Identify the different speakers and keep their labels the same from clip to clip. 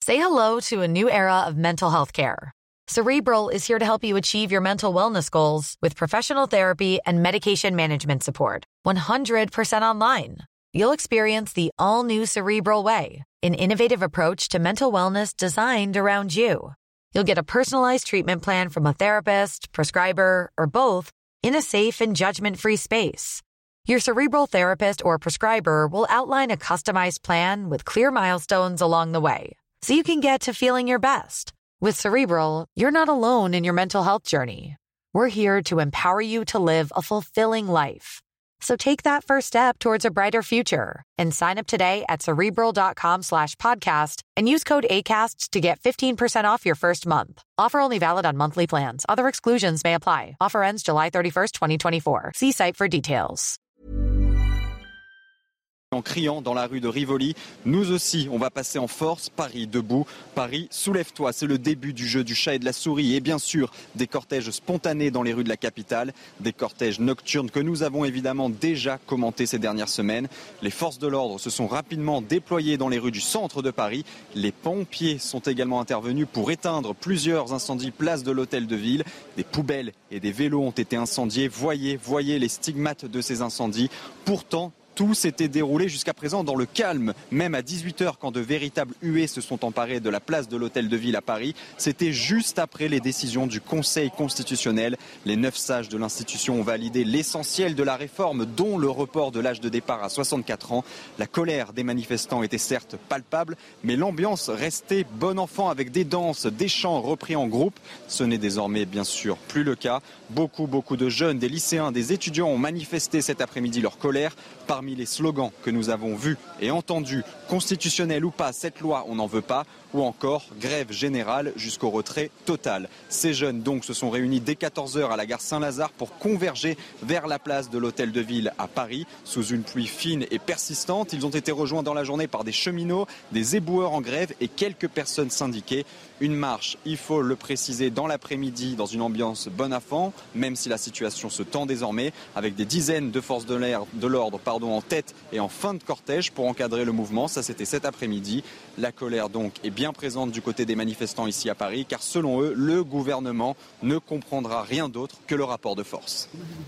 Speaker 1: Say hello to a new era of mental health care. Cerebral is here to help you achieve your mental wellness goals with professional therapy and medication management support. 100% online. You'll experience the all-new Cerebral Way, an innovative approach to mental wellness designed around you. You'll get a personalized treatment plan from a therapist, prescriber, or both in a safe and judgment-free space. Your Cerebral therapist or prescriber will outline a customized plan with clear milestones along the way, so you can get to feeling your best. With Cerebral, you're not alone in your mental health journey. We're here to empower you to live a fulfilling life. So take that first step towards a brighter future and sign up today at Cerebral.com/podcast and use code ACAST to get 15% off your first month. Offer only valid on monthly plans. Other exclusions may apply. Offer ends July 31st, 2024. See site for details.
Speaker 2: En criant dans la rue de Rivoli, nous aussi, on va passer en force. Paris debout, Paris soulève-toi. C'est le début du jeu du chat et de la souris et bien sûr des cortèges spontanés dans les rues de la capitale, des cortèges nocturnes que nous avons évidemment déjà commentés ces dernières semaines. Les forces de l'ordre se sont rapidement déployées dans les rues du centre de Paris. Les pompiers sont également intervenus pour éteindre plusieurs incendies place de l'Hôtel de Ville. Des poubelles et des vélos ont été incendiés. Voyez les stigmates de ces incendies. Pourtant, tout s'était déroulé jusqu'à présent dans le calme, même à 18h quand de véritables huées se sont emparées de la place de l'Hôtel de Ville à Paris. C'était juste après les décisions du Conseil constitutionnel. Les 9 sages de l'institution ont validé l'essentiel de la réforme, dont le report de l'âge de départ à 64 ans. La colère des manifestants était certes palpable, mais l'ambiance restait bon enfant avec des danses, des chants repris en groupe. Ce n'est désormais bien sûr plus le cas. Beaucoup de jeunes, des lycéens, des étudiants ont manifesté cet après-midi leur colère. Parmi les slogans que nous avons vus et entendus, constitutionnel ou pas, cette loi, on n'en veut pas, ou encore grève générale jusqu'au retrait total. Ces jeunes donc se sont réunis dès 14h à la gare Saint-Lazare pour converger vers la place de l'Hôtel de Ville à Paris. Sous une pluie fine et persistante, ils ont été rejoints dans la journée par des cheminots, des éboueurs en grève et quelques personnes syndiquées. Une marche, il faut le préciser, dans l'après-midi, dans une ambiance bon enfant, même si la situation se tend désormais, avec des dizaines de forces de l'ordre en tête et en fin de cortège pour encadrer le mouvement. Ça, c'était cet après-midi. La colère donc est bien présente du côté des manifestants ici à Paris, car selon eux, le gouvernement ne comprendra rien d'autre que le rapport de force.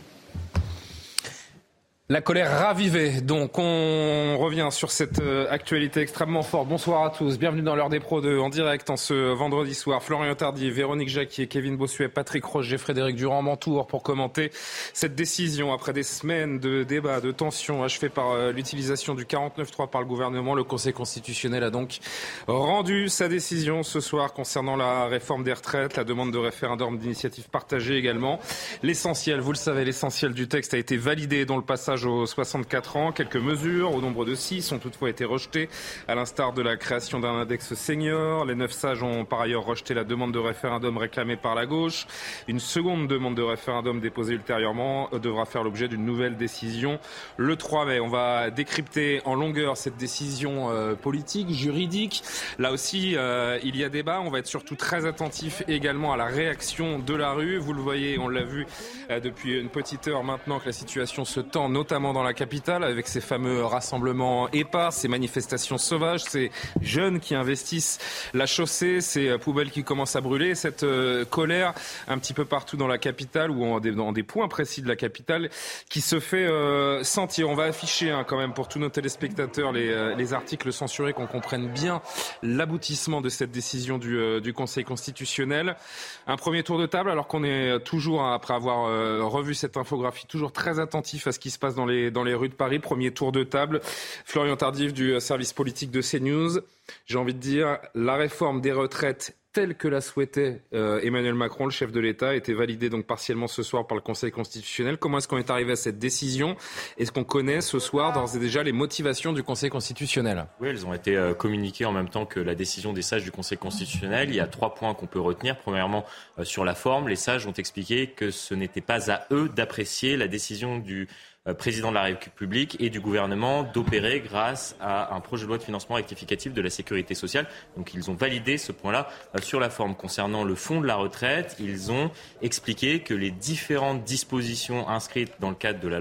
Speaker 3: La colère ravivée, donc on revient sur cette actualité extrêmement forte. Bonsoir à tous, bienvenue dans l'heure des pros 2 en direct en ce vendredi soir. Florian Tardif, Véronique Jacquier, Kevin Bossuet, Patrick Roger, Frédéric Durand m'entourent pour commenter cette décision. Après des semaines de débats, de tensions achevées par l'utilisation du 49.3 par le gouvernement, le Conseil constitutionnel a donc rendu sa décision ce soir concernant la réforme des retraites, la demande de référendum d'initiative partagée également. L'essentiel, vous le savez, l'essentiel du texte a été validé dans le passage aux 64 ans. Quelques mesures, au nombre de 6, ont toutefois été rejetées, à l'instar de la création d'un index senior. Les 9 sages ont par ailleurs rejeté la demande de référendum réclamée par la gauche. Une seconde demande de référendum déposée ultérieurement devra faire l'objet d'une nouvelle décision le 3 mai. On va décrypter en longueur cette décision politique, juridique. Là aussi, il y a débat. On va être surtout très attentif également à la réaction de la rue. Vous le voyez, on l'a vu depuis une petite heure maintenant que la situation se tend, notamment dans la capitale, avec ces fameux rassemblements épars, ces manifestations sauvages, ces jeunes qui investissent la chaussée, ces poubelles qui commencent à brûler, cette colère un petit peu partout dans la capitale ou dans des points précis de la capitale qui se fait sentir. On va afficher quand même pour tous nos téléspectateurs les articles censurés, qu'on comprenne bien l'aboutissement de cette décision du Conseil constitutionnel. Un premier tour de table, alors qu'on est toujours, après avoir revu cette infographie, toujours très attentif à ce qui se passe dans les rues de Paris. Premier tour de table. Florian Tardif du service politique de CNews. J'ai envie de dire, la réforme des retraites telle que la souhaitait Emmanuel Macron, le chef de l'État, a été validée donc partiellement ce soir par le Conseil constitutionnel. Comment est-ce qu'on est arrivé à cette décision ? Est-ce qu'on connaît ce soir d'ores et déjà les motivations du Conseil constitutionnel ?
Speaker 4: Oui, elles ont été communiquées en même temps que la décision des sages du Conseil constitutionnel. Il y a 3 points qu'on peut retenir. Premièrement, sur la forme, les sages ont expliqué que ce n'était pas à eux d'apprécier la décision du président de la République et du gouvernement d'opérer grâce à un projet de loi de financement rectificatif de la sécurité sociale. Donc ils ont validé ce point-là sur la forme. Concernant le fond de la retraite, ils ont expliqué que les différentes dispositions inscrites dans le cadre de la loi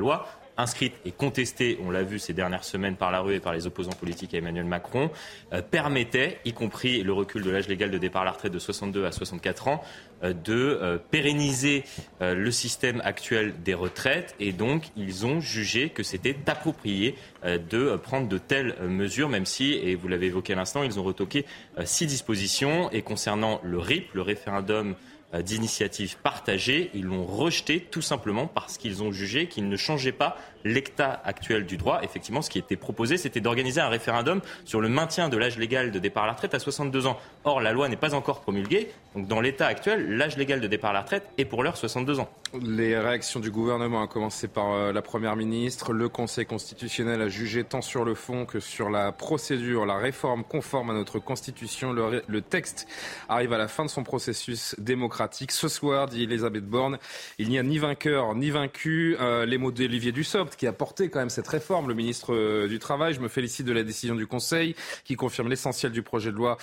Speaker 4: inscrite et contestée, on l'a vu ces dernières semaines par la rue et par les opposants politiques à Emmanuel Macron, permettait, y compris le recul de l'âge légal de départ à la retraite de 62 à 64 ans, de pérenniser le système actuel des retraites. Et donc, ils ont jugé que c'était approprié de prendre de telles mesures, même si, et vous l'avez évoqué à l'instant, ils ont retoqué 6 dispositions. Et concernant le RIP, le référendum d'initiative partagée, ils l'ont rejeté tout simplement parce qu'ils ont jugé qu'il ne changeait pas l'état actuel du droit. Effectivement, ce qui était proposé, c'était d'organiser un référendum sur le maintien de l'âge légal de départ à la retraite à 62 ans. Or, la loi n'est pas encore promulguée. Donc, dans l'état actuel, l'âge légal de départ à la retraite est pour l'heure 62 ans.
Speaker 3: Les réactions du gouvernement, à commencer par la Première ministre. Le Conseil constitutionnel a jugé tant sur le fond que sur la procédure, la réforme conforme à notre Constitution. Le texte arrive à la fin de son processus démocratique. Ce soir, dit Elisabeth Borne, il n'y a ni vainqueur ni vaincu. Les mots d'Olivier Dussopt, qui a porté quand même cette réforme, le ministre du Travail. Je me félicite de la décision du Conseil qui confirme l'essentiel du projet de loi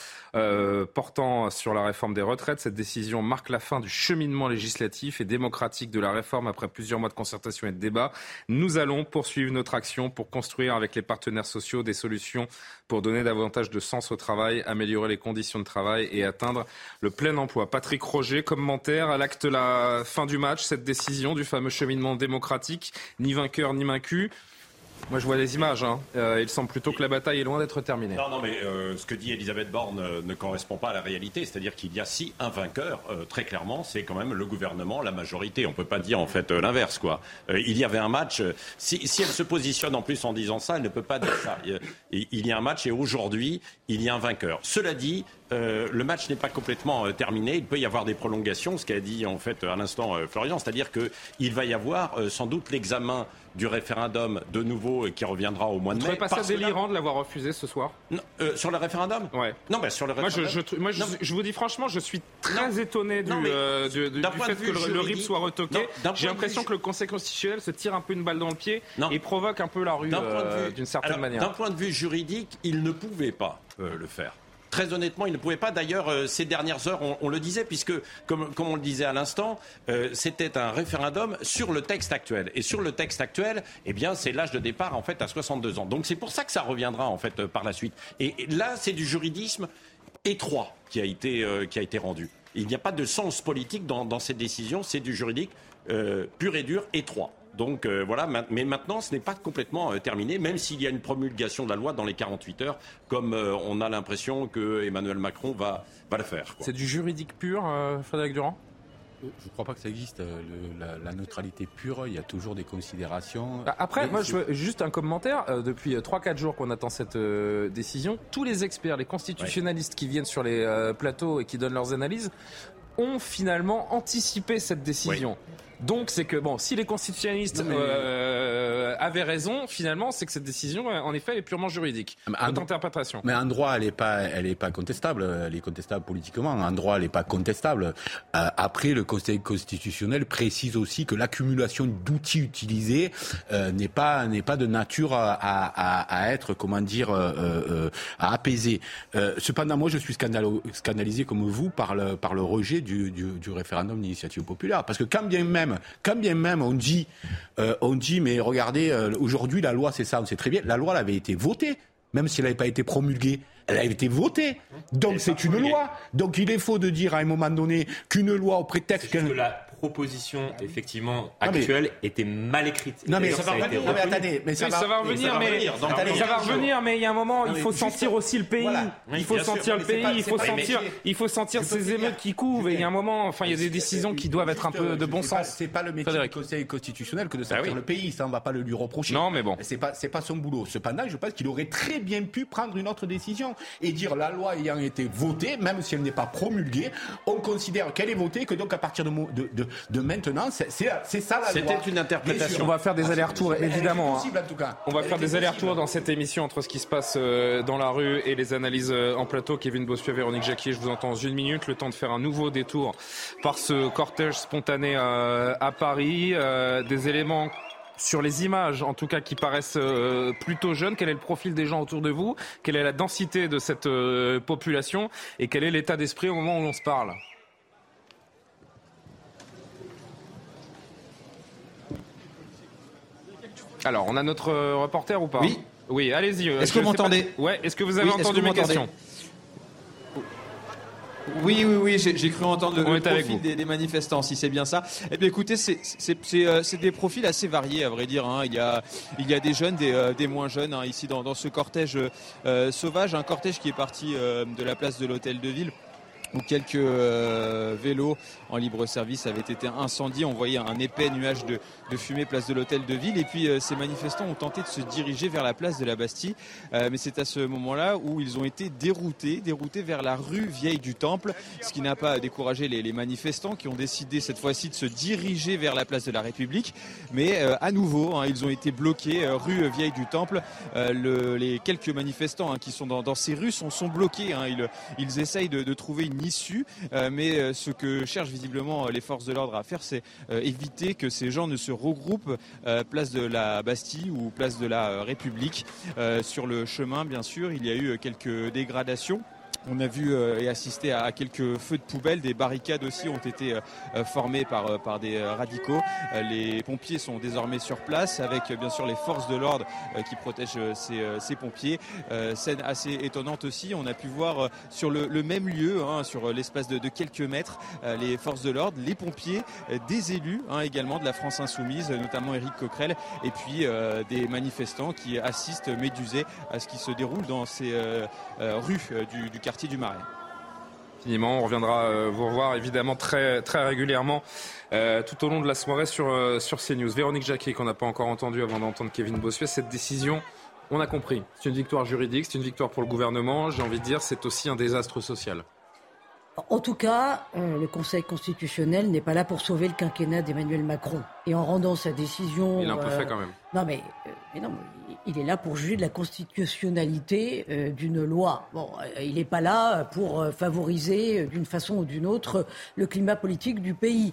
Speaker 3: portant sur la réforme des retraites. Cette décision marque la fin du cheminement législatif et démocratique de la réforme après plusieurs mois de concertation et de débat. Nous allons poursuivre notre action pour construire avec les partenaires sociaux des solutions pour donner davantage de sens au travail, améliorer les conditions de travail et atteindre le plein emploi. Patrick Roger, commentaire à l'acte la fin du match, cette décision du fameux cheminement démocratique, ni vainqueur ni vaincu. Moi, je vois les images. Il semble plutôt que la bataille est loin d'être terminée.
Speaker 5: Non, mais ce que dit Elisabeth Borne ne correspond pas à la réalité. C'est-à-dire qu'il y a un vainqueur, très clairement, c'est quand même le gouvernement, la majorité. On ne peut pas dire en fait l'inverse, quoi. Il y avait un match. Si elle se positionne en plus en disant ça, elle ne peut pas dire ça. Il y a un match et aujourd'hui, il y a un vainqueur. Cela dit, le match n'est pas complètement terminé. Il peut y avoir des prolongations, ce qu'a dit en fait à l'instant Florian. C'est-à-dire qu'il va y avoir sans doute l'examen du référendum de nouveau qui reviendra au mois de mai.
Speaker 3: Vous ne trouvez pas ça délirant de l'avoir refusé ce soir ?
Speaker 5: Non, sur le référendum ?
Speaker 3: Ouais.
Speaker 5: Non, sur le référendum.
Speaker 3: Moi, je vous dis franchement, je suis très étonné du fait que le RIP soit retoqué. J'ai l'impression que le Conseil constitutionnel se tire un peu une balle dans le pied et provoque un peu la rue d'une certaine manière.
Speaker 5: D'un point de vue juridique, il ne pouvait pas le faire. Très honnêtement, il ne pouvait pas. D'ailleurs, ces dernières heures, on le disait, puisque, comme on le disait à l'instant, c'était un référendum sur le texte actuel. Et sur le texte actuel, eh bien, c'est l'âge de départ, en fait, à 62 ans. Donc, c'est pour ça que ça reviendra, en fait, par la suite. Et là, c'est du juridisme étroit qui a été rendu. Il n'y a pas de sens politique dans cette décision. C'est du juridique pur et dur, étroit. Donc voilà, mais maintenant ce n'est pas complètement terminé, même s'il y a une promulgation de la loi dans les 48 heures, comme on a l'impression que Emmanuel Macron va le faire.
Speaker 3: C'est du juridique pur, Frédéric Durand ?
Speaker 6: Je ne crois pas que ça existe, la neutralité pure, il y a toujours des considérations.
Speaker 3: Après, moi, je veux juste un commentaire. Depuis 3-4 jours qu'on attend cette décision, tous les experts, les constitutionnalistes qui viennent sur les plateaux et qui donnent leurs analyses, ont finalement anticipé cette décision. Oui. Donc c'est que si les constitutionnalistes avaient raison, finalement c'est que cette décision en effet est purement juridique. Votre interprétation.
Speaker 6: Mais en droit elle est pas contestable, elle est contestable politiquement. En droit elle est pas contestable. Après le Conseil constitutionnel précise aussi que l'accumulation d'outils utilisés n'est pas de nature à être à apaiser. Cependant moi je suis scandalisé comme vous par le rejet du référendum d'initiative populaire, parce que quand bien même on dit mais regardez, aujourd'hui la loi c'est ça, on sait très bien, la loi elle avait été votée, même si elle n'avait pas été promulguée, elle a été votée, donc c'est une loi. Donc il est faux de dire à un moment donné qu'une loi au prétexte
Speaker 4: que la proposition effectivement actuelle était mal écrite.
Speaker 6: Non mais ça va revenir.
Speaker 3: Ça va revenir, mais il y a un moment, il faut sentir aussi le pays. Il faut sentir le pays, il faut sentir ces émeutes qui couvent. Et il y a un moment, il y a des décisions qui doivent être un peu de bon sens.
Speaker 6: C'est pas le métier du Conseil constitutionnel que de sentir le pays. Ça, on va pas le lui reprocher.
Speaker 3: Non, mais bon.
Speaker 6: C'est pas son boulot. Cependant, je pense qu'il aurait très bien pu prendre une autre décision et dire la loi ayant été votée, même si elle n'est pas promulguée, on considère qu'elle est votée, que donc à partir de maintenant, c'est ça la loi.
Speaker 5: C'était une interprétation.
Speaker 3: On va faire des allers-retours, évidemment. Possible, en tout cas. On va faire des allers-retours dans cette émission entre ce qui se passe dans la rue et les analyses en plateau. Kevin Bossuet, Véronique Jacquier, je vous entends dans une minute. Le temps de faire un nouveau détour par ce cortège spontané à Paris. Des éléments sur les images, en tout cas, qui paraissent plutôt jeunes. Quel est le profil des gens autour de vous ? Quelle est la densité de cette population ? Et quel est l'état d'esprit au moment où on se parle ? Alors, on a notre reporter ou pas ?
Speaker 7: Oui.
Speaker 3: Oui, allez-y.
Speaker 7: Est-ce que vous m'entendez ?
Speaker 3: Ouais, est-ce que vous avez entendu mes questions ?
Speaker 7: Oui, j'ai cru entendre le profil des manifestants, si c'est bien ça. Eh bien, écoutez, c'est des profils assez variés, à vrai dire. Hein. Il y a des jeunes, des moins jeunes, hein, ici dans ce cortège sauvage, un cortège qui est parti de la place de l'Hôtel de Ville, où quelques vélos en libre service avaient été incendiés. On voyait un épais nuage de fumée place de l'Hôtel de Ville. Et puis ces manifestants ont tenté de se diriger vers la place de la Bastille. Mais c'est à ce moment-là où ils ont été déroutés vers la rue Vieille du Temple. Ce qui n'a pas découragé les manifestants qui ont décidé cette fois-ci de se diriger vers la place de la République. Mais à nouveau, hein, ils ont été bloqués rue Vieille du Temple. Les quelques manifestants qui sont dans ces rues sont bloqués. Hein. Ils essayent de trouver une issue, mais ce que cherchent visiblement les forces de l'ordre à faire, c'est éviter que ces gens ne se regroupent place de la Bastille ou place de la République. Sur le chemin, bien sûr, il y a eu quelques dégradations. On a vu et assisté à quelques feux de poubelle, des barricades aussi ont été formées par des radicaux. Les pompiers sont désormais sur place avec bien sûr les forces de l'ordre qui protègent ces pompiers. Scène assez étonnante aussi, on a pu voir sur le même lieu, hein, sur l'espace de quelques mètres, les forces de l'ordre, les pompiers, des élus également de la France Insoumise, notamment Éric Coquerel, et puis des manifestants qui assistent médusés à ce qui se déroule dans ces rues du quartier du Marais.
Speaker 3: Finiment, on reviendra vous revoir évidemment très, très régulièrement tout au long de la soirée sur CNews. Véronique Jacquier, qu'on n'a pas encore entendu avant d'entendre Kevin Bossuet, cette décision, on a compris. C'est une victoire juridique, c'est une victoire pour le gouvernement. J'ai envie de dire, c'est aussi un désastre social.
Speaker 8: En tout cas, le Conseil constitutionnel n'est pas là pour sauver le quinquennat d'Emmanuel Macron. Et en rendant sa décision...
Speaker 3: Il a un peu fait quand même.
Speaker 8: Non, mais il est là pour juger de la constitutionnalité d'une loi. Bon, il n'est pas là pour favoriser d'une façon ou d'une autre le climat politique du pays.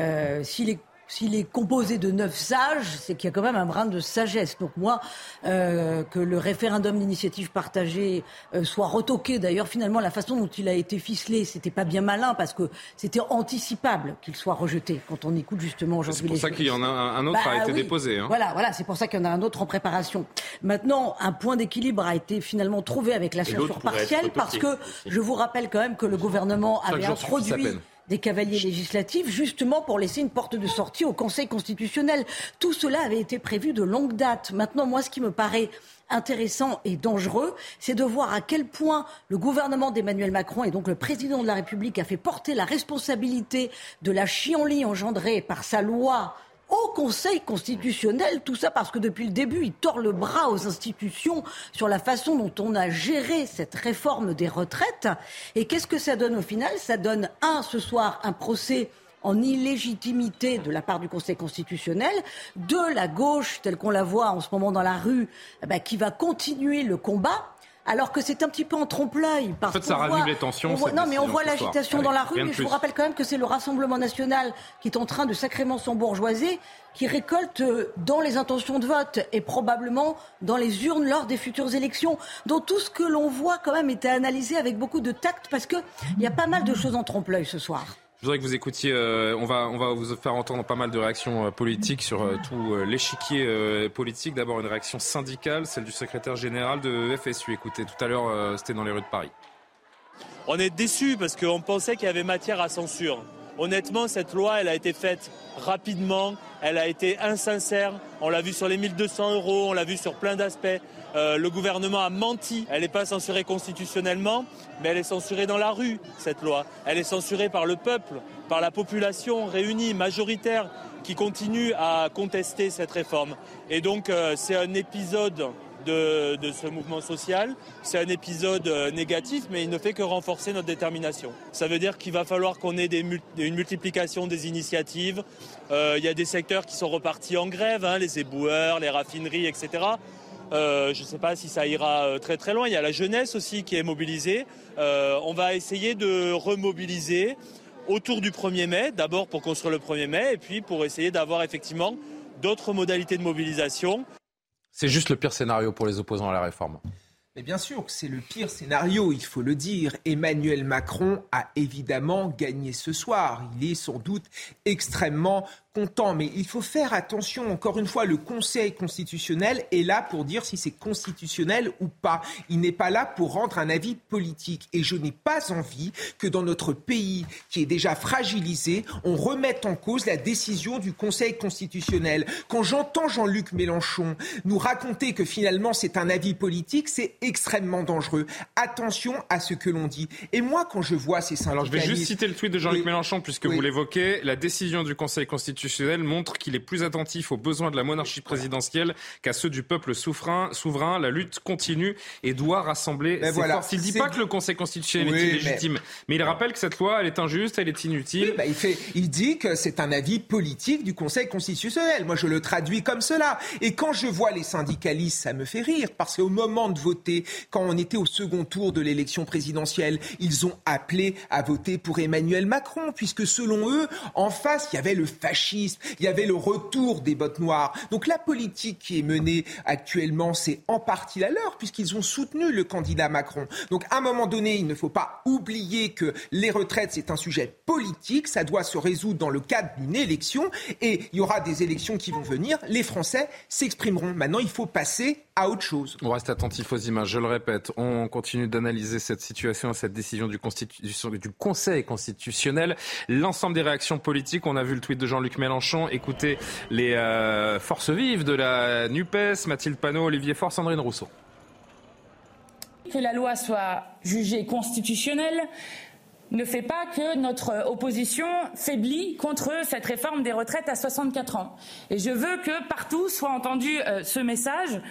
Speaker 8: S'il est composé de 9 sages, c'est qu'il y a quand même un brin de sagesse. Donc moi, que le référendum d'initiative partagée soit retoqué, d'ailleurs finalement la façon dont il a été ficelé, c'était pas bien malin parce que c'était anticipable qu'il soit rejeté quand on écoute justement aujourd'hui.
Speaker 3: C'est pour ça qu'il y en a un autre a été déposé. Hein.
Speaker 8: Voilà, c'est pour ça qu'il y en a un autre en préparation. Maintenant, un point d'équilibre a été finalement trouvé avec la censure partielle parce que je vous rappelle quand même que le gouvernement avait introduit des cavaliers législatifs, justement pour laisser une porte de sortie au Conseil constitutionnel. Tout cela avait été prévu de longue date. Maintenant, moi, ce qui me paraît intéressant et dangereux, c'est de voir à quel point le gouvernement d'Emmanuel Macron et donc le président de la République a fait porter la responsabilité de la chienlit engendrée par sa loi au Conseil constitutionnel, tout ça parce que depuis le début, il tord le bras aux institutions sur la façon dont on a géré cette réforme des retraites. Et qu'est-ce que ça donne au final ? Ça donne, ce soir, un procès en illégitimité de la part du Conseil constitutionnel, de la gauche, telle qu'on la voit en ce moment dans la rue, qui va continuer le combat. Alors que c'est un petit peu en trompe-l'œil.
Speaker 3: En fait, ça ravive les tensions.
Speaker 8: On voit l'agitation dans la rue, mais je vous rappelle quand même que c'est le Rassemblement national qui est en train de sacrément s'embourgeoiser, qui récolte dans les intentions de vote et probablement dans les urnes lors des futures élections. Donc tout ce que l'on voit quand même est à analyser avec beaucoup de tact parce qu'il y a pas mal de choses en trompe-l'œil ce soir.
Speaker 3: Je voudrais que vous écoutiez, on va vous faire entendre pas mal de réactions politiques sur tout l'échiquier politique. D'abord une réaction syndicale, celle du secrétaire général de FSU. Écoutez, tout à l'heure, c'était dans les rues de Paris.
Speaker 9: On est déçus parce qu'on pensait qu'il y avait matière à censure. Honnêtement, cette loi, elle a été faite rapidement, elle a été insincère. On l'a vu sur les 1 200 €, on l'a vu sur plein d'aspects. Le gouvernement a menti. Elle n'est pas censurée constitutionnellement, mais elle est censurée dans la rue, cette loi. Elle est censurée par le peuple, par la population réunie, majoritaire, qui continue à contester cette réforme. Et donc, c'est un épisode de ce mouvement social. C'est un épisode négatif, mais il ne fait que renforcer notre détermination. Ça veut dire qu'il va falloir qu'on ait une multiplication des initiatives. Il y a des secteurs qui sont repartis en grève, les éboueurs, les raffineries, etc. Je ne sais pas si ça ira très très loin. Il y a la jeunesse aussi qui est mobilisée. On va essayer de remobiliser autour du 1er mai, d'abord pour construire le 1er mai, et puis pour essayer d'avoir effectivement d'autres modalités de mobilisation.
Speaker 3: C'est juste le pire scénario pour les opposants à la réforme.
Speaker 10: Mais bien sûr que c'est le pire scénario, il faut le dire. Emmanuel Macron a évidemment gagné ce soir. Il est sans doute extrêmement content, mais il faut faire attention. Encore une fois, le Conseil constitutionnel est là pour dire si c'est constitutionnel ou pas. Il n'est pas là pour rendre un avis politique. Et je n'ai pas envie que dans notre pays, qui est déjà fragilisé, on remette en cause la décision du Conseil constitutionnel. Quand j'entends Jean-Luc Mélenchon nous raconter que finalement c'est un avis politique, c'est extrêmement dangereux. Attention à ce que l'on dit. Et moi, quand je vois ces syndicalistes...
Speaker 3: Alors je vais juste citer le tweet de Jean-Luc Mélenchon, puisque vous l'évoquez. La décision du Conseil constitutionnel montre qu'il est plus attentif aux besoins de la monarchie présidentielle qu'à ceux du peuple souverain. La lutte continue et doit rassembler ses forces. Il ne dit pas que le Conseil constitutionnel est illégitime, mais il rappelle que cette loi, elle est injuste, elle est inutile.
Speaker 10: Il dit que c'est un avis politique du Conseil constitutionnel. Moi, je le traduis comme cela. Et quand je vois les syndicalistes, ça me fait rire, parce qu'au moment de voter, quand on était au second tour de l'élection présidentielle, ils ont appelé à voter pour Emmanuel Macron, puisque selon eux, en face, il y avait le fascisme, il y avait le retour des bottes noires. Donc la politique qui est menée actuellement, c'est en partie la leur, puisqu'ils ont soutenu le candidat Macron. Donc à un moment donné, il ne faut pas oublier que les retraites, c'est un sujet politique, ça doit se résoudre dans le cadre d'une élection, et il y aura des élections qui vont venir, les Français s'exprimeront. Maintenant, il faut passer à autre chose.
Speaker 3: On reste attentif aux images, je le répète, on continue d'analyser cette situation, cette décision du Conseil constitutionnel, l'ensemble des réactions politiques. On a vu le tweet de Jean-Luc Mélenchon, écoutez les forces vives de la NUPES, Mathilde Panot, Olivier Faure, Sandrine Rousseau.
Speaker 11: Que la loi soit jugée constitutionnelle ne fait pas que notre opposition faiblit contre cette réforme des retraites à 64 ans. Et je veux que partout soit entendu ce message.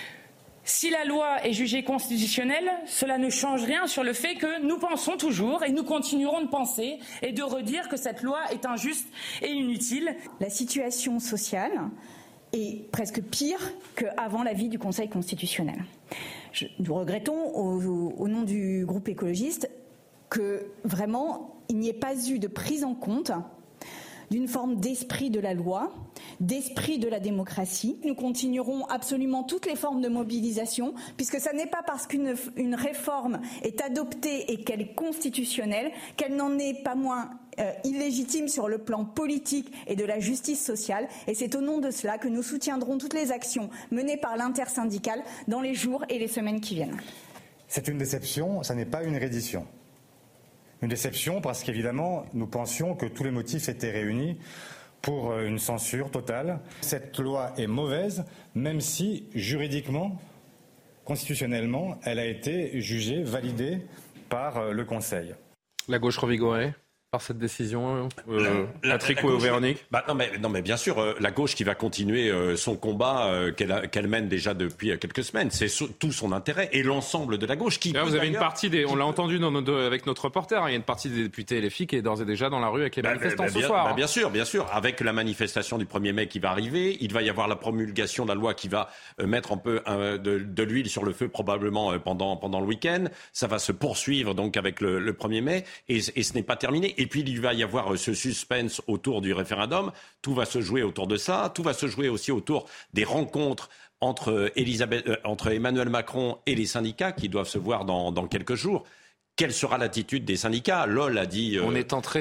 Speaker 11: Si la loi est jugée constitutionnelle, cela ne change rien sur le fait que nous pensons toujours et nous continuerons de penser et de redire que cette loi est injuste et inutile.
Speaker 12: La situation sociale est presque pire qu'avant l'avis du Conseil constitutionnel. Nous regrettons au nom du groupe écologiste que vraiment il n'y ait pas eu de prise en compte d'une forme d'esprit de la loi, d'esprit de la démocratie. Nous continuerons absolument toutes les formes de mobilisation, puisque ce n'est pas parce qu'une réforme est adoptée et qu'elle est constitutionnelle qu'elle n'en est pas moins illégitime sur le plan politique et de la justice sociale. Et c'est au nom de cela que nous soutiendrons toutes les actions menées par l'intersyndicale dans les jours et les semaines qui viennent.
Speaker 13: C'est une déception, ça n'est pas une reddition. Une déception parce qu'évidemment, nous pensions que tous les motifs étaient réunis pour une censure totale. Cette loi est mauvaise, même si juridiquement, constitutionnellement, elle a été jugée, validée par le Conseil.
Speaker 3: La gauche revigorée par cette décision, Patrick ou Véronique?
Speaker 5: Non mais bien sûr, la gauche qui va continuer son combat qu'elle mène déjà depuis quelques semaines, c'est tout son intérêt et l'ensemble de la gauche qui.
Speaker 3: Là, vous avez une partie on l'a entendu avec notre reporter, il y a une partie des députés LFI qui est d'ores et déjà dans la rue avec les manifestants ce soir.
Speaker 5: Bien sûr, avec la manifestation du 1er mai qui va arriver, il va y avoir la promulgation de la loi qui va mettre un peu de l'huile sur le feu probablement pendant le week-end. Ça va se poursuivre donc avec le 1er mai et ce n'est pas terminé. Et puis il va y avoir ce suspense autour du référendum. Tout va se jouer autour de ça. Tout va se jouer aussi autour des rencontres entre Emmanuel Macron et les syndicats qui doivent se voir dans quelques jours. Quelle sera l'attitude des syndicats? LOL a dit...
Speaker 3: on est entré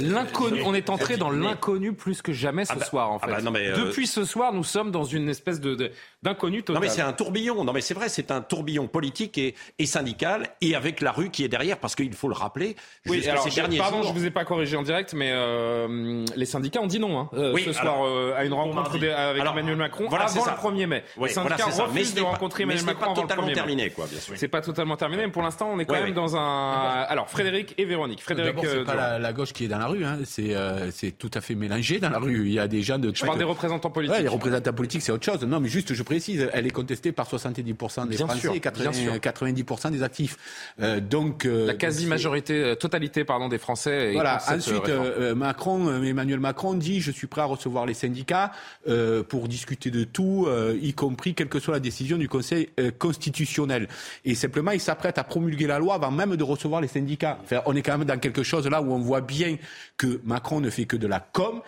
Speaker 3: dans l'inconnu plus que jamais ce soir, en fait. Depuis ce soir, nous sommes dans une espèce d'inconnu total.
Speaker 5: Non, mais c'est un tourbillon. Non, mais c'est vrai, c'est un tourbillon politique et syndical, et avec la rue qui est derrière, parce qu'il faut le rappeler.
Speaker 3: Oui, alors, je ne vous ai pas corrigé en direct, mais les syndicats ont dit non ce soir à une rencontre avec Emmanuel Macron avant le 1er mai. Les syndicats refusent de rencontrer Emmanuel Macron avant le 1er mai.
Speaker 5: Terminé, quoi, bien sûr.
Speaker 3: C'est pas totalement terminé, mais pour l'instant, on est quand même dans un... Alors, Frédéric et Véronique.
Speaker 6: D'abord, c'est pas la gauche qui est dans la rue, c'est tout à fait mélangé dans la rue. Il y a des gens de...
Speaker 3: Je parle des représentants politiques.
Speaker 6: Ouais, les représentants politiques, c'est autre chose. Non, mais juste, je précise, elle est contestée par 70% des Français et 90% des actifs. Donc,
Speaker 3: la quasi-majorité, totalité, des Français.
Speaker 6: Voilà. Ensuite, Emmanuel Macron dit, je suis prêt à recevoir les syndicats pour discuter de tout, y compris quelle que soit la décision du Conseil constitutionnel. Et simplement, il s'apprête à promulguer la loi avant même de recevoir les syndicats. Enfin, on est quand même dans quelque chose là où on voit bien que Macron ne fait que de la com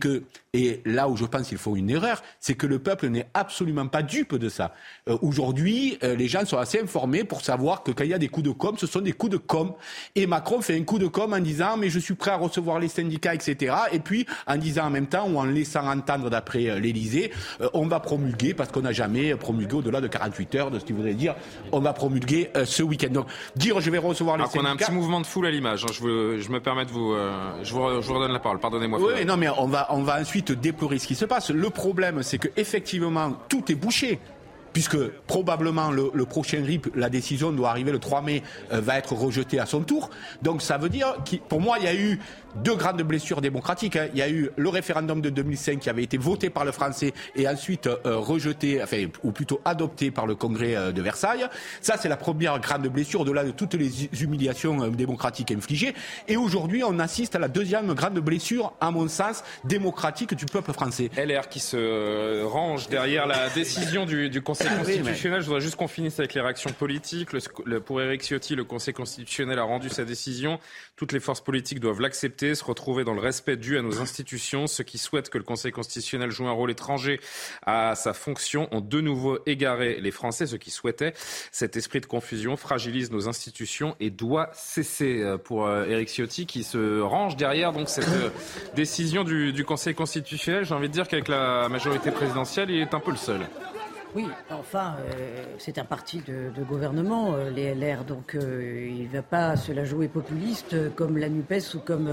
Speaker 6: et là où je pense qu'il faut une erreur, c'est que le peuple n'est absolument pas dupe de ça. Aujourd'hui, les gens sont assez informés pour savoir que quand il y a des coups de com, ce sont des coups de com. Et Macron fait un coup de com en disant mais je suis prêt à recevoir les syndicats, etc. Et puis en disant en même temps ou en laissant entendre d'après l'Élysée, on va promulguer parce qu'on n'a jamais promulgué au-delà de 48 heures de ce qui voudrait dire on va promulguer ce week-end. Donc dire je vais recevoir les syndicats.
Speaker 3: On a un petit mouvement de foule à l'image. Hein. Je me permets de je vous redonne la parole. Pardonnez-moi.
Speaker 6: Oui, non mais on va ensuite déplorer ce qui se passe. Le problème, c'est que effectivement tout est bouché. Puisque probablement le prochain RIP, la décision doit arriver le 3 mai, va être rejetée à son tour. Donc ça veut dire, pour moi, il y a eu deux grandes blessures démocratiques. Il y a eu le référendum de 2005 qui avait été voté par le Français et ensuite rejeté, ou plutôt adopté par le Congrès de Versailles. Ça, c'est la première grande blessure, au-delà de toutes les humiliations démocratiques infligées. Et aujourd'hui, on assiste à la deuxième grande blessure, à mon sens, démocratique du peuple français.
Speaker 3: LR qui se range derrière la décision du Conseil constitutionnel. Je voudrais juste qu'on finisse avec les réactions politiques. Pour Éric Ciotti, le Conseil constitutionnel a rendu sa décision. Toutes les forces politiques doivent l'accepter, se retrouver dans le respect dû à nos institutions. Ceux qui souhaitent que le Conseil constitutionnel joue un rôle étranger à sa fonction ont de nouveau égaré les Français. Ceux qui souhaitaient cet esprit de confusion fragilise nos institutions et doit cesser. Pour Éric Ciotti qui se range derrière donc cette décision du Conseil constitutionnel. J'ai envie de dire qu'avec la majorité présidentielle, il est un peu le seul.
Speaker 8: Oui, enfin, c'est un parti de gouvernement, les LR, donc il ne va pas se la jouer populiste comme la NUPES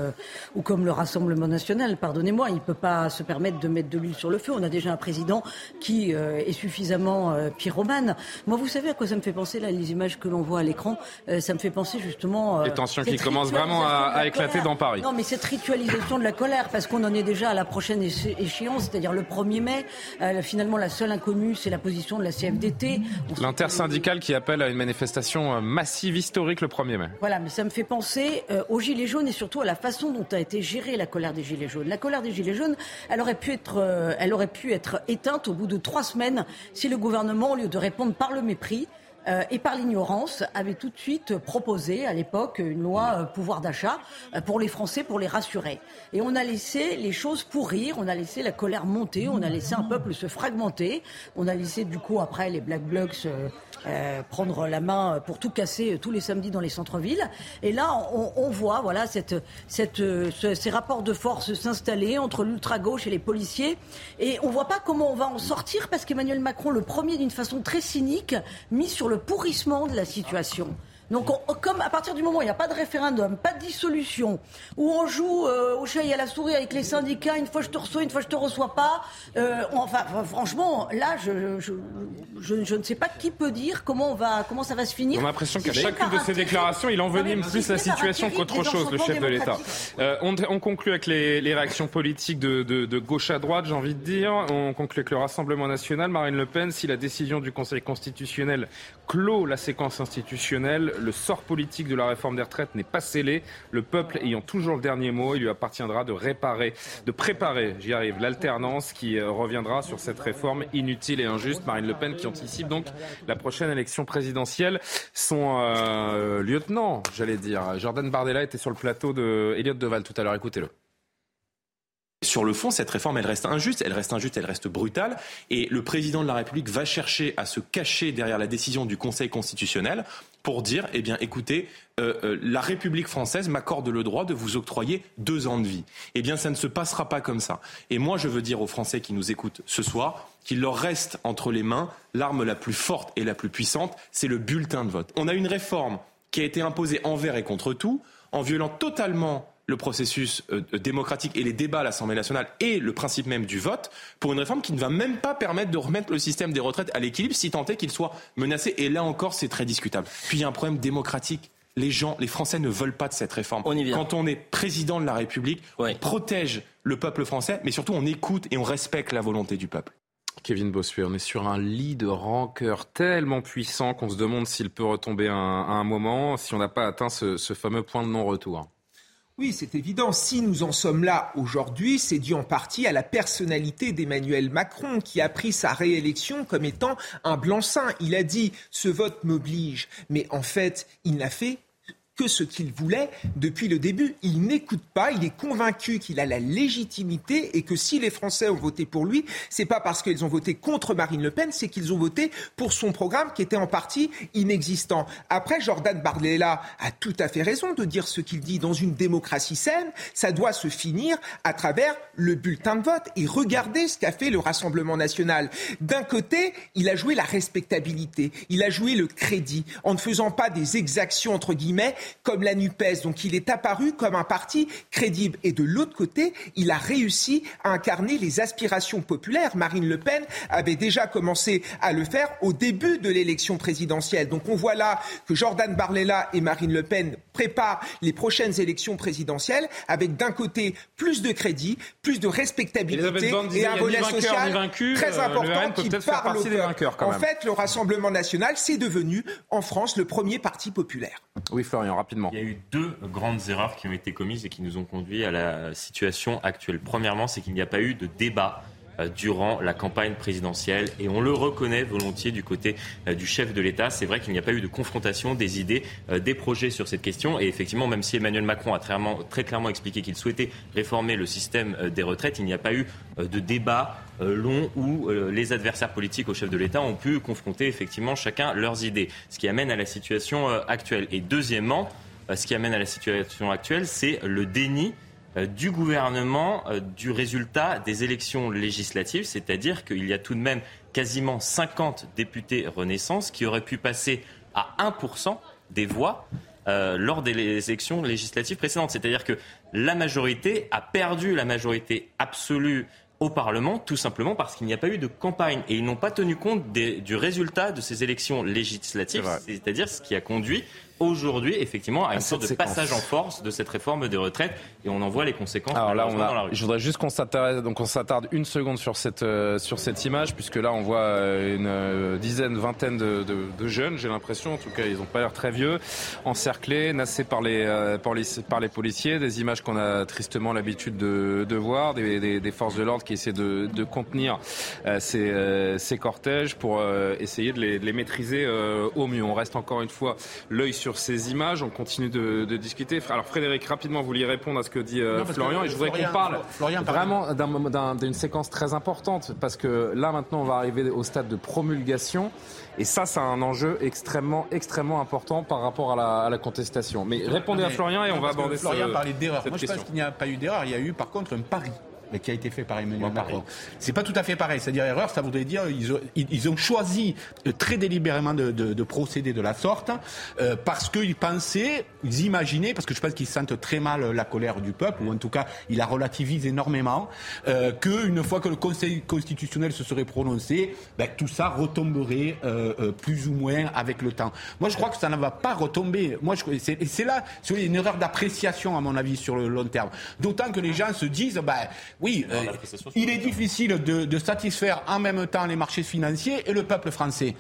Speaker 8: ou comme le Rassemblement national. Pardonnez-moi, il ne peut pas se permettre de mettre de l'huile sur le feu. On a déjà un président qui est suffisamment pyromane. Moi, vous savez à quoi ça me fait penser, là, les images que l'on voit à l'écran? Ça me fait penser justement...
Speaker 3: les tensions qui commencent vraiment à éclater dans Paris.
Speaker 8: Non, mais cette ritualisation de la colère, parce qu'on en est déjà à la prochaine échéance, c'est-à-dire le 1er mai. Finalement, la seule inconnue, c'est la position de la CFDT.
Speaker 3: L'intersyndicale qui appelle à une manifestation massive historique le 1er mai.
Speaker 8: Voilà, mais ça me fait penser aux Gilets jaunes et surtout à la façon dont a été gérée la colère des Gilets jaunes. La colère des Gilets jaunes, elle aurait pu être éteinte au bout de 3 semaines si le gouvernement, au lieu de répondre par le mépris, et par l'ignorance, avait tout de suite proposé à l'époque une loi pouvoir d'achat pour les Français, pour les rassurer. Et on a laissé les choses pourrir, on a laissé la colère monter, on a laissé un peuple se fragmenter, on a laissé du coup après les Black Blocs prendre la main pour tout casser tous les samedis dans les centres-villes. Et là, on voit voilà, ces rapports de force s'installer entre l'ultra-gauche et les policiers. Et on ne voit pas comment on va en sortir parce qu'Emmanuel Macron, le premier d'une façon très cynique, mis sur le pourrissement de la situation. Donc, comme à partir du moment où il n'y a pas de référendum, pas de dissolution, où on joue au chat et à la souris avec les syndicats, une fois je te reçois, une fois je te reçois pas, franchement, là, je ne sais pas qui peut dire comment ça va se finir.
Speaker 3: On a l'impression qu'à chacune de ces déclarations, il envenime plus la situation qu'autre chose, le chef de l'État. On conclut avec les réactions politiques de gauche à droite, j'ai envie de dire. On conclut avec le Rassemblement national. Marine Le Pen, si la décision du Conseil constitutionnel clôt la séquence institutionnelle, le sort politique de la réforme des retraites n'est pas scellé. Le peuple ayant toujours le dernier mot, il lui appartiendra de préparer, j'y arrive, l'alternance qui reviendra sur cette réforme inutile et injuste. Marine Le Pen qui anticipe donc la prochaine élection présidentielle. Son lieutenant, j'allais dire, Jordan Bardella était sur le plateau de Elliott Deval tout à l'heure. Écoutez-le.
Speaker 14: Sur le fond, cette réforme, elle reste injuste, elle reste brutale. Et le président de la République va chercher à se cacher derrière la décision du Conseil constitutionnel pour dire, eh bien, écoutez, la République française m'accorde le droit de vous octroyer 2 ans de vie. Eh bien, ça ne se passera pas comme ça. Et moi, je veux dire aux Français qui nous écoutent ce soir qu'il leur reste entre les mains l'arme la plus forte et la plus puissante, c'est le bulletin de vote. On a une réforme qui a été imposée envers et contre tout, en violant totalement le processus démocratique et les débats à l'Assemblée nationale et le principe même du vote pour une réforme qui ne va même pas permettre de remettre le système des retraites à l'équilibre si tant est qu'il soit menacé. Et là encore, c'est très discutable. Puis il y a un problème démocratique. Les Français ne veulent pas de cette réforme. Quand on est président de la République, on protège le peuple français, mais surtout on écoute et on respecte la volonté du peuple.
Speaker 3: Kevin Bossuet, on est sur un lit de rancœur tellement puissant qu'on se demande s'il peut retomber à un moment, si on n'a pas atteint ce fameux point de non-retour.
Speaker 10: Oui, c'est évident. Si nous en sommes là aujourd'hui, c'est dû en partie à la personnalité d'Emmanuel Macron qui a pris sa réélection comme étant un blanc-seing. Il a dit « ce vote m'oblige », mais en fait, il n'a fait que ce qu'il voulait depuis le début. Il n'écoute pas, il est convaincu qu'il a la légitimité et que si les Français ont voté pour lui, c'est pas parce qu'ils ont voté contre Marine Le Pen, c'est qu'ils ont voté pour son programme qui était en partie inexistant. Après, Jordan Bardella a tout à fait raison de dire ce qu'il dit. Dans une démocratie saine, ça doit se finir à travers le bulletin de vote. Et regardez ce qu'a fait le Rassemblement national. D'un côté, il a joué la respectabilité, il a joué le crédit, en ne faisant pas des exactions, entre guillemets, comme la NUPES. Donc il est apparu comme un parti crédible. Et de l'autre côté, il a réussi à incarner les aspirations populaires. Marine Le Pen avait déjà commencé à le faire au début de l'élection présidentielle. Donc on voit là que Jordan Bardella et Marine Le Pen préparent les prochaines élections présidentielles avec d'un côté plus de crédit, plus de respectabilité et un volet social très important qui parle au peuple. En fait, le Rassemblement national, c'est devenu en France le premier parti populaire.
Speaker 3: Oui, Florian, rapidement.
Speaker 4: Il y a eu 2 grandes erreurs qui ont été commises et qui nous ont conduit à la situation actuelle. Premièrement, c'est qu'il n'y a pas eu de débat durant la campagne présidentielle et on le reconnaît volontiers du côté du chef de l'État. C'est vrai qu'il n'y a pas eu de confrontation des idées, des projets sur cette question et effectivement, même si Emmanuel Macron a très clairement expliqué qu'il souhaitait réformer le système des retraites, il n'y a pas eu de débat long où les adversaires politiques au chef de l'État ont pu confronter effectivement chacun leurs idées, ce qui amène à la situation actuelle. Et deuxièmement, ce qui amène à la situation actuelle, c'est le déni du gouvernement du résultat des élections législatives, c'est-à-dire qu'il y a tout de même quasiment 50 députés Renaissance qui auraient pu passer à 1% des voix lors des élections législatives précédentes. C'est-à-dire que la majorité a perdu la majorité absolue au Parlement, tout simplement parce qu'il n'y a pas eu de campagne. Et ils n'ont pas tenu compte du résultat de ces élections législatives, c'est-à-dire ce qui a conduit aujourd'hui, effectivement, à une sorte de passage en force de cette réforme des retraites. Et on en voit les conséquences. Alors là, dans la rue.
Speaker 3: Je voudrais juste qu'on s'attarde une seconde sur cette image, puisque là, on voit une vingtaine de jeunes, j'ai l'impression, en tout cas, ils n'ont pas l'air très vieux, encerclés, nassés par les policiers, des images qu'on a tristement l'habitude de voir, des forces de l'ordre qui essaient de contenir ces cortèges pour essayer de les maîtriser au mieux. On reste encore une fois l'œil sur ces images, on continue de discuter. Alors Frédéric, rapidement, vous vouliez répondre à ce que dit Florian, et je voudrais qu'on parle vraiment d'une séquence très importante, parce que là maintenant on va arriver au stade de promulgation, et ça c'est un enjeu extrêmement important par rapport à la contestation. Mais répondez à Florian et on va aborder ça.
Speaker 6: Florian parlait d'erreur. Moi je pense qu'il n'y a pas eu d'erreur, il y a eu par contre un pari qui a été fait par Emmanuel Macron. C'est pas tout à fait pareil. C'est-à-dire erreur, ça voudrait dire ils ont choisi très délibérément de procéder de la sorte parce qu'ils pensaient, ils imaginaient, parce que je pense qu'ils sentent très mal la colère du peuple, ou en tout cas ils la relativisent énormément, qu'une fois que le Conseil constitutionnel se serait prononcé, tout ça retomberait plus ou moins avec le temps. Moi je crois que ça ne va pas retomber. Moi c'est là une erreur d'appréciation à mon avis sur le long terme. D'autant que les gens se disent oui, il est difficile de satisfaire en même temps les marchés financiers et le peuple français.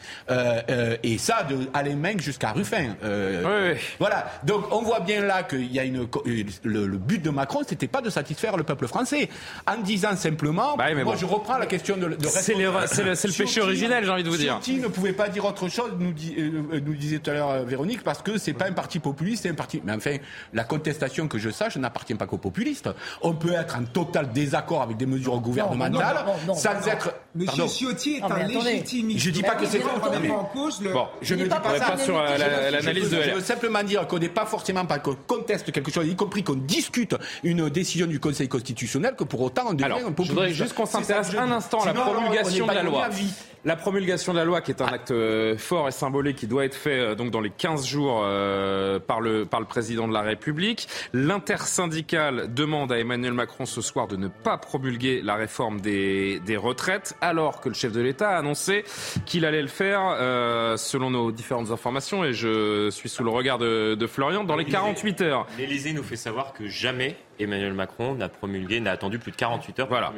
Speaker 6: Et ça, de Alain Mengs jusqu'à Ruffin. Oui. Voilà. Donc, on voit bien là qu'il y a le but de Macron, c'était pas de satisfaire le peuple français. En disant simplement, moi je reprends la question de
Speaker 3: c'est le péché originel, j'ai envie de vous dire.
Speaker 6: Ciotti ne pouvait pas dire autre chose, nous disait tout à l'heure Véronique, parce que c'est pas un parti populiste, c'est un parti. Mais enfin, la contestation que je sache n'appartient pas qu'aux populistes. On peut être en total désaccord avec des mesures gouvernementales sans être.
Speaker 10: Monsieur Ciotti est un légitimiste.
Speaker 6: Je dis pas que c'est
Speaker 10: en cause.
Speaker 3: Bon, je ne dis pas sur l'analyse de LR.
Speaker 6: Je veux simplement dire qu'on n'est pas forcément pas qu'on conteste quelque chose, y compris qu'on discute une décision du Conseil constitutionnel, que pour autant on devient un populiste.
Speaker 3: Je voudrais juste qu'on s'intéresse un instant à la promulgation de la loi. La promulgation de la loi, qui est un acte fort et symbolique, qui doit être fait donc dans les 15 jours par le président de la République. L'intersyndicale demande à Emmanuel Macron ce soir de ne pas promulguer la réforme des retraites, alors que le chef de l'État a annoncé qu'il allait le faire, selon nos différentes informations, et je suis sous le regard de Florian, dans les 48 heures.
Speaker 4: L'Élysée nous fait savoir que jamais Emmanuel Macron n'a attendu plus de 48 heures.
Speaker 3: Voilà.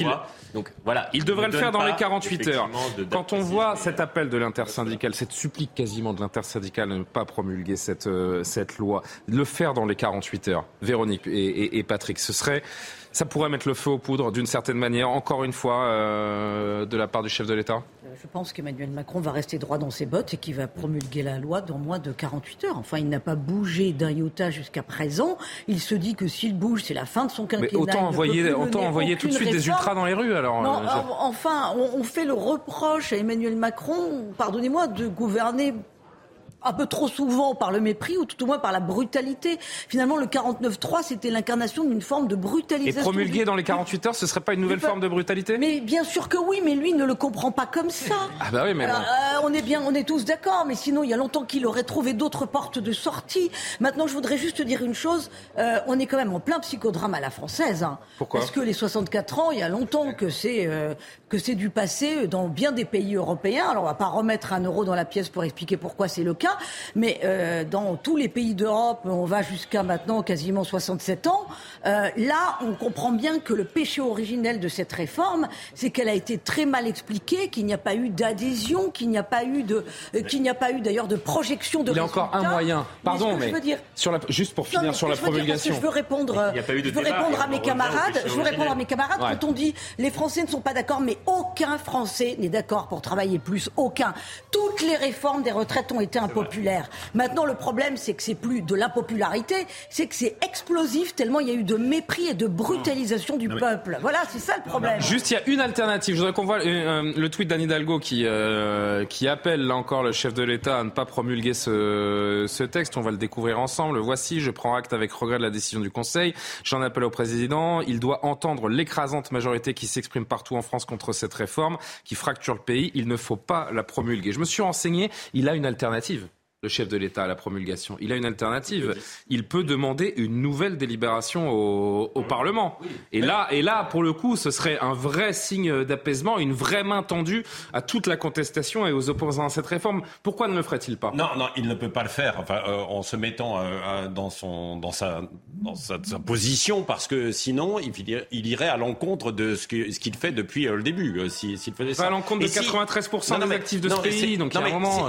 Speaker 3: Il devrait le faire dans les 48 heures. Quand on voit cet appel de l'intersyndicale, cette supplique quasiment de l'intersyndicale de ne pas promulguer cette loi, le faire dans les 48 heures, Véronique et Patrick, ça pourrait mettre le feu aux poudres d'une certaine manière, encore une fois, de la part du chef de l'État ?
Speaker 8: Je pense qu'Emmanuel Macron va rester droit dans ses bottes et qu'il va promulguer la loi dans moins de 48 heures. Enfin, il n'a pas bougé d'un iota jusqu'à présent. Il se dit que s'il bouge, c'est la fin de son quinquennat.
Speaker 3: Mais autant envoyer tout de suite des ultras dans les rues, alors.
Speaker 8: Non, enfin, on fait le reproche à Emmanuel Macron, pardonnez-moi, de gouverner un peu trop souvent par le mépris ou tout au moins par la brutalité. Finalement, le 49.3, c'était l'incarnation d'une forme de brutalisation.
Speaker 3: Et promulguer dans les 48 heures, ce serait pas une nouvelle forme de brutalité ?
Speaker 8: Mais bien sûr que oui, mais lui ne le comprend pas comme ça.
Speaker 3: Ah bah oui, mais
Speaker 8: on est tous d'accord, mais sinon il y a longtemps qu'il aurait trouvé d'autres portes de sortie. Maintenant, je voudrais juste dire une chose, on est quand même en plein psychodrame à la française. Hein.
Speaker 3: Pourquoi ?
Speaker 8: Parce que les 64 ans, il y a longtemps que c'est du passé dans bien des pays européens. Alors on va pas remettre 1 euro dans la pièce pour expliquer pourquoi c'est le cas. Mais dans tous les pays d'Europe, on va jusqu'à maintenant quasiment 67 ans. Là, on comprend bien que le péché originel de cette réforme, c'est qu'elle a été très mal expliquée, qu'il n'y a pas eu d'adhésion, qu'il n'y a pas eu d'ailleurs de projection de résultats.
Speaker 3: Il y a encore un moyen. Pardon, mais juste pour finir sur la promulgation.
Speaker 8: Je veux répondre à mes camarades. Quand on dit les Français ne sont pas d'accord, mais aucun Français n'est d'accord pour travailler plus. Aucun. Toutes les réformes des retraites ont été impopulaires. Maintenant, le problème, c'est que c'est plus de l'impopularité, c'est que c'est explosif tellement il y a eu de mépris et de brutalisation du peuple. Voilà, c'est ça le problème.
Speaker 3: Juste, il y a une alternative. Je voudrais qu'on voit le tweet d'Anne Hidalgo qui appelle, là encore, le chef de l'État à ne pas promulguer ce texte. On va le découvrir ensemble. Voici, je prends acte avec regret de la décision du Conseil. J'en appelle au président. Il doit entendre l'écrasante majorité qui s'exprime partout en France contre cette réforme, qui fracture le pays. Il ne faut pas la promulguer. Je me suis renseigné. Il a une alternative. Le chef de l'État à la promulgation. Il a une alternative. Il peut demander une nouvelle délibération au Parlement. Et là, pour le coup, ce serait un vrai signe d'apaisement, une vraie main tendue à toute la contestation et aux opposants à cette réforme. Pourquoi ne le ferait-il pas ?
Speaker 5: Non, il ne peut pas le faire. Enfin, en se mettant dans sa position, parce que sinon, il irait à l'encontre de ce qu'il fait depuis le début. S'il faisait ça.
Speaker 3: À l'encontre de 93% des actifs de ce pays. Donc, il y a un moment.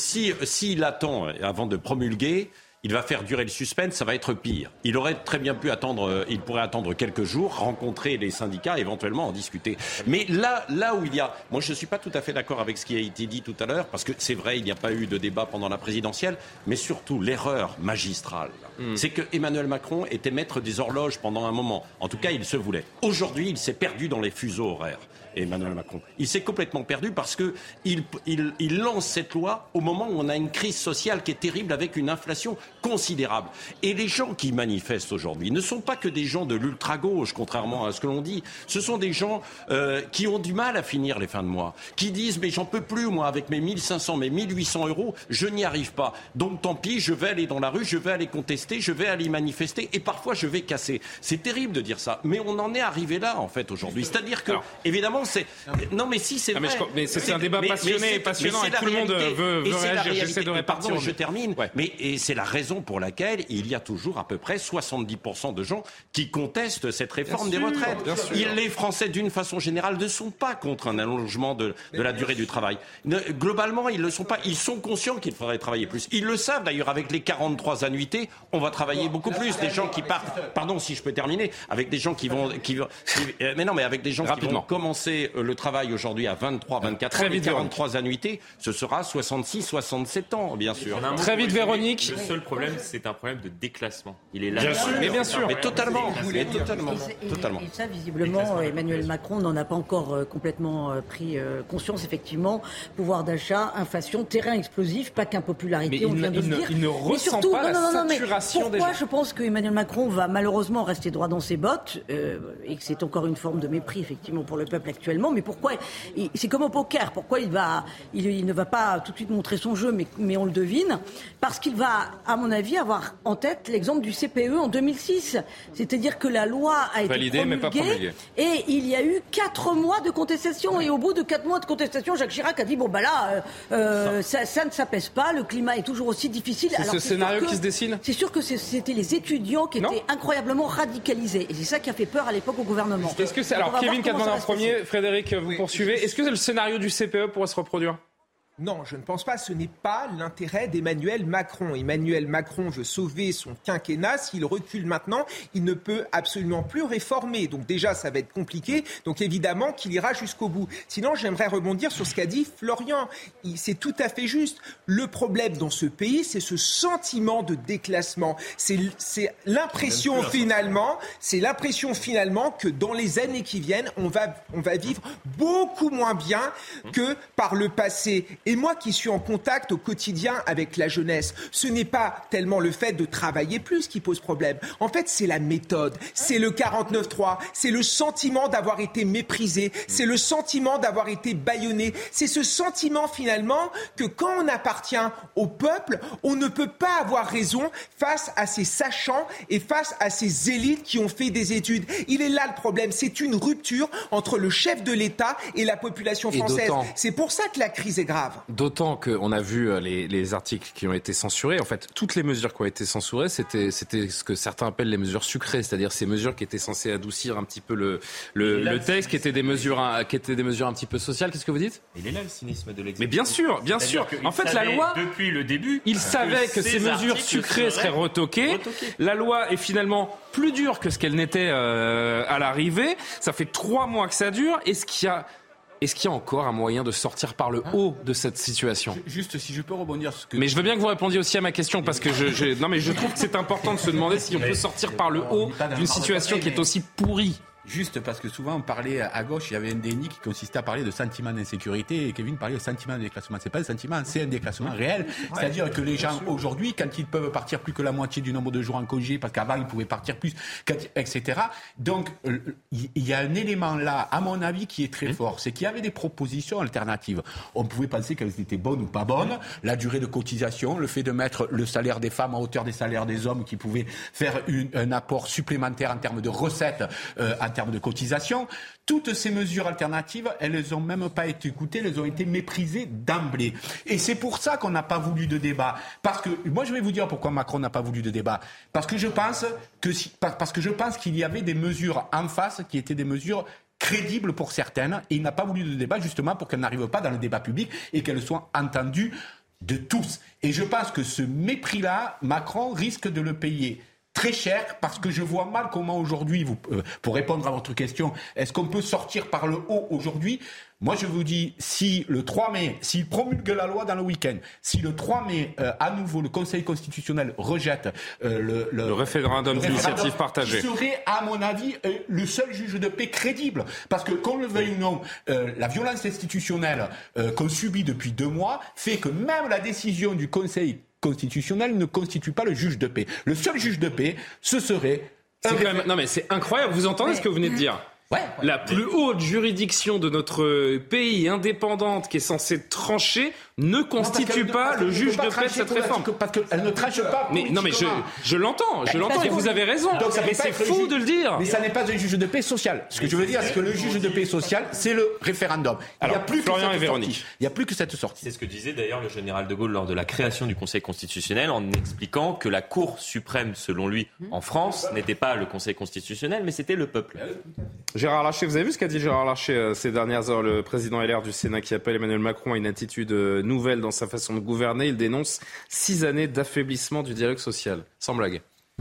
Speaker 5: S'il attend avant de promulguer, il va faire durer le suspense, ça va être pire. Il aurait très bien pu attendre, il pourrait attendre quelques jours, rencontrer les syndicats, éventuellement en discuter. Mais là où il y a... Moi, je ne suis pas tout à fait d'accord avec ce qui a été dit tout à l'heure, parce que c'est vrai, il n'y a pas eu de débat pendant la présidentielle, mais surtout l'erreur magistrale, c'est que Emmanuel Macron était maître des horloges pendant un moment. En tout cas, il se voulait. Aujourd'hui, il s'est perdu dans les fuseaux horaires. Emmanuel Macron. Il s'est complètement perdu parce que il lance cette loi au moment où on a une crise sociale qui est terrible avec une inflation considérable. Et les gens qui manifestent aujourd'hui ne sont pas que des gens de l'ultra-gauche, contrairement à ce que l'on dit. Ce sont des gens qui ont du mal à finir les fins de mois, qui disent mais j'en peux plus moi avec mes 1500, mes 1800 euros, je n'y arrive pas. Donc tant pis, je vais aller dans la rue, je vais aller contester, je vais aller manifester et parfois je vais casser. C'est terrible de dire ça, mais on en est arrivé là en fait aujourd'hui. C'est-à-dire que évidemment c'est... Non mais si c'est vrai.
Speaker 3: Mais c'est un débat passionné et passionnant et tout le monde veut réagir. J'essaie de répartir.
Speaker 5: Pardon, je termine. Ouais. Mais c'est la raison pour laquelle il y a toujours à peu près 70% de gens qui contestent cette réforme des retraites. Les Français, d'une façon générale, ne sont pas contre un allongement de la durée du travail. Globalement, ils ne le sont pas. Ils sont conscients qu'il faudrait travailler plus. Ils le savent d'ailleurs. Avec les 43 annuités, on va travailler beaucoup plus. Des gens qui partent. Pardon, si je peux terminer. Avec des gens qui vont. Mais avec des gens qui vont commencer le travail aujourd'hui à 23, 24 ans, les 43 annuités, ce sera 66, 67 ans, bien sûr.
Speaker 3: Très vite, Véronique.
Speaker 4: Le seul problème, c'est un problème de déclassement. Il est là.
Speaker 3: Bien sûr.
Speaker 5: Mais totalement.
Speaker 8: Et ça, visiblement, Emmanuel Macron n'en a pas encore complètement pris conscience, effectivement. Pouvoir d'achat, inflation, terrain explosif, pas qu'impopularité, on vient de le dire.
Speaker 3: Il ne ressent pas la saturation des gens.
Speaker 8: Pourquoi je pense qu'Emmanuel Macron va malheureusement rester droit dans ses bottes, et que c'est encore une forme de mépris, effectivement, pour le peuple actuellement. Mais pourquoi c'est comme au poker. Pourquoi il ne va pas tout de suite montrer son jeu, mais on le devine. Parce qu'il va, à mon avis, avoir en tête l'exemple du CPE en 2006. C'est-à-dire que la loi a été
Speaker 3: validée, mais pas promulguée.
Speaker 8: Et il y a eu 4 mois de contestation. Et au bout de 4 mois de contestation, Jacques Chirac a dit ça ne s'apaise pas. Le climat est toujours aussi difficile.
Speaker 3: C'est ce scénario qui se dessine.
Speaker 8: C'est sûr que c'était les étudiants qui étaient incroyablement radicalisés. Et c'est ça qui a fait peur à l'époque au gouvernement.
Speaker 3: Est-ce que c'est alors Kevin qui a demandé en premier, Frédéric, vous poursuivez. Est-ce que le scénario du CPE pourrait se reproduire ?
Speaker 10: Non, je ne pense pas. Ce n'est pas l'intérêt d'Emmanuel Macron. Emmanuel Macron veut sauver son quinquennat. S'il recule maintenant, il ne peut absolument plus réformer. Donc déjà, ça va être compliqué. Donc évidemment qu'il ira jusqu'au bout. Sinon, j'aimerais rebondir sur ce qu'a dit Florian. C'est tout à fait juste. Le problème dans ce pays, c'est ce sentiment de déclassement. C'est l'impression finalement que dans les années qui viennent, on va vivre beaucoup moins bien que par le passé. Et moi qui suis en contact au quotidien avec la jeunesse, ce n'est pas tellement le fait de travailler plus qui pose problème. En fait, c'est la méthode, c'est le 49.3, c'est le sentiment d'avoir été méprisé, c'est le sentiment d'avoir été bâillonné. C'est ce sentiment finalement que quand on appartient au peuple, on ne peut pas avoir raison face à ces sachants et face à ces élites qui ont fait des études. Il est là le problème, c'est une rupture entre le chef de l'État et la population française. C'est pour ça que la crise est grave.
Speaker 3: D'autant qu'on a vu les articles qui ont été censurés. En fait, toutes les mesures qui ont été censurées, c'était ce que certains appellent les mesures sucrées, c'est-à-dire ces mesures qui étaient censées adoucir un petit peu le texte, qui étaient des mesures un petit peu sociales. Qu'est-ce que vous dites ?
Speaker 4: Il est là le cynisme de l'exécutif.
Speaker 3: Mais bien sûr. En fait, la loi,
Speaker 4: depuis le début,
Speaker 3: il savait que ces mesures sucrées seraient retoquées. La loi est finalement plus dure que ce qu'elle n'était à l'arrivée. Ça fait 3 mois que ça dure. Est-ce qu'il y a encore un moyen de sortir par le haut de cette situation ?
Speaker 6: Juste, si je peux rebondir sur ce que...
Speaker 3: Mais je veux bien que vous répondiez aussi à ma question, parce que je trouve que c'est important de se demander si on peut sortir par le haut d'une situation qui est aussi pourrie.
Speaker 6: Juste parce que souvent on parlait à gauche, il y avait un déni qui consistait à parler de sentiment d'insécurité et Kevin parlait de sentiment de déclassement. C'est pas un sentiment, c'est un déclassement réel. C'est-à-dire que les gens aujourd'hui, quand ils peuvent partir plus que la moitié du nombre de jours en congé, parce qu'avant ils pouvaient partir plus, etc. Donc il y a un élément là, à mon avis, qui est très fort, c'est qu'il y avait des propositions alternatives. On pouvait penser qu'elles étaient bonnes ou pas bonnes. La durée de cotisation, le fait de mettre le salaire des femmes à hauteur des salaires des hommes, qui pouvaient faire un apport supplémentaire en termes de recettes, en termes de cotisation. Toutes ces mesures alternatives, elles n'ont même pas été écoutées, elles ont été méprisées d'emblée. Et c'est pour ça qu'on n'a pas voulu de débat. Parce que, moi je vais vous dire pourquoi Macron n'a pas voulu de débat. Parce que je pense qu'il y avait des mesures en face qui étaient des mesures crédibles pour certaines, et il n'a pas voulu de débat justement pour qu'elles n'arrivent pas dans le débat public et qu'elles soient entendues de tous. Et je pense que ce mépris-là, Macron risque de le payer très cher, parce que je vois mal comment aujourd'hui, pour répondre à votre question, est-ce qu'on peut sortir par le haut aujourd'hui ? Moi, je vous dis, si le 3 mai, s'il promulgue la loi dans le week-end, si le 3 mai, à nouveau, le Conseil constitutionnel rejette
Speaker 3: le référendum d'initiative partagée,
Speaker 6: serait, à mon avis, le seul juge de paix crédible. Parce que, qu'on le veuille ou non, la violence institutionnelle qu'on subit depuis 2 mois fait que même la décision du Conseil constitutionnel ne constitue pas le juge de paix. Le seul juge de paix, ce serait...
Speaker 3: Non mais c'est incroyable, vous entendez ce que vous venez de dire ? La plus haute juridiction de notre pays, indépendante, qui est censée trancher, ne constitue pas le juge de paix de cette réforme.
Speaker 6: Parce qu'elle ne tranche pas.
Speaker 3: Mais je l'entends, et vous avez raison. Mais c'est fou de le dire.
Speaker 6: Mais ça n'est pas un juge de paix social. Ce que je veux dire, c'est que le juge de paix social, c'est le référendum.
Speaker 3: Alors, Florian et Véronique.
Speaker 6: Il n'y a plus que cette sortie.
Speaker 4: C'est ce que disait d'ailleurs le général de Gaulle lors de la création du Conseil constitutionnel, en expliquant que la Cour suprême, selon lui, en France, n'était pas le Conseil constitutionnel, mais c'était le peuple.
Speaker 3: Gérard Larcher, vous avez vu ce qu'a dit Gérard Larcher ces dernières heures, le président LR du Sénat, qui appelle Emmanuel Macron à une attitude nouvelle dans sa façon de gouverner. Il dénonce 6 années d'affaiblissement du dialogue social. Sans blague.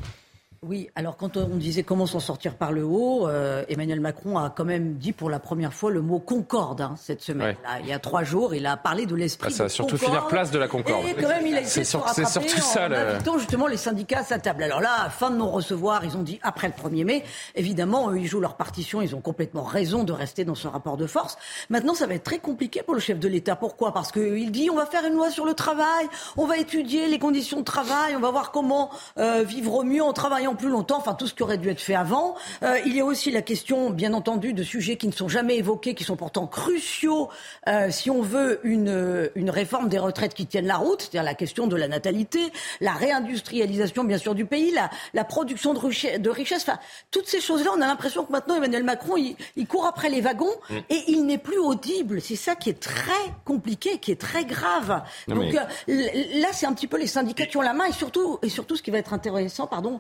Speaker 8: Oui, alors quand on disait comment s'en sortir par le haut, Emmanuel Macron a quand même dit pour la première fois le mot concorde cette semaine. Là, il y a 3 jours, il a parlé de l'esprit de
Speaker 3: ça va surtout finir place de la concorde.
Speaker 8: Et quand même, il a essayé de se rattraper en invitant justement les syndicats à sa table. Alors là, fin de non-recevoir, ils ont dit après le 1er mai. Évidemment, eux, ils jouent leur partition, ils ont complètement raison de rester dans ce rapport de force. Maintenant, ça va être très compliqué pour le chef de l'État. Pourquoi ? Parce qu'il dit on va faire une loi sur le travail, on va étudier les conditions de travail, on va voir comment vivre au mieux en travaillant plus longtemps, enfin tout ce qui aurait dû être fait avant. Il y a aussi la question, bien entendu, de sujets qui ne sont jamais évoqués, qui sont pourtant cruciaux si on veut une réforme des retraites qui tienne la route, c'est-à-dire la question de la natalité, la réindustrialisation bien sûr du pays, la production de richesse, enfin toutes ces choses-là, on a l'impression que maintenant Emmanuel Macron, il court après les wagons et il n'est plus audible. C'est ça qui est très compliqué, qui est très grave. Donc là, c'est un petit peu les syndicats qui ont la main et surtout ce qui va être intéressant,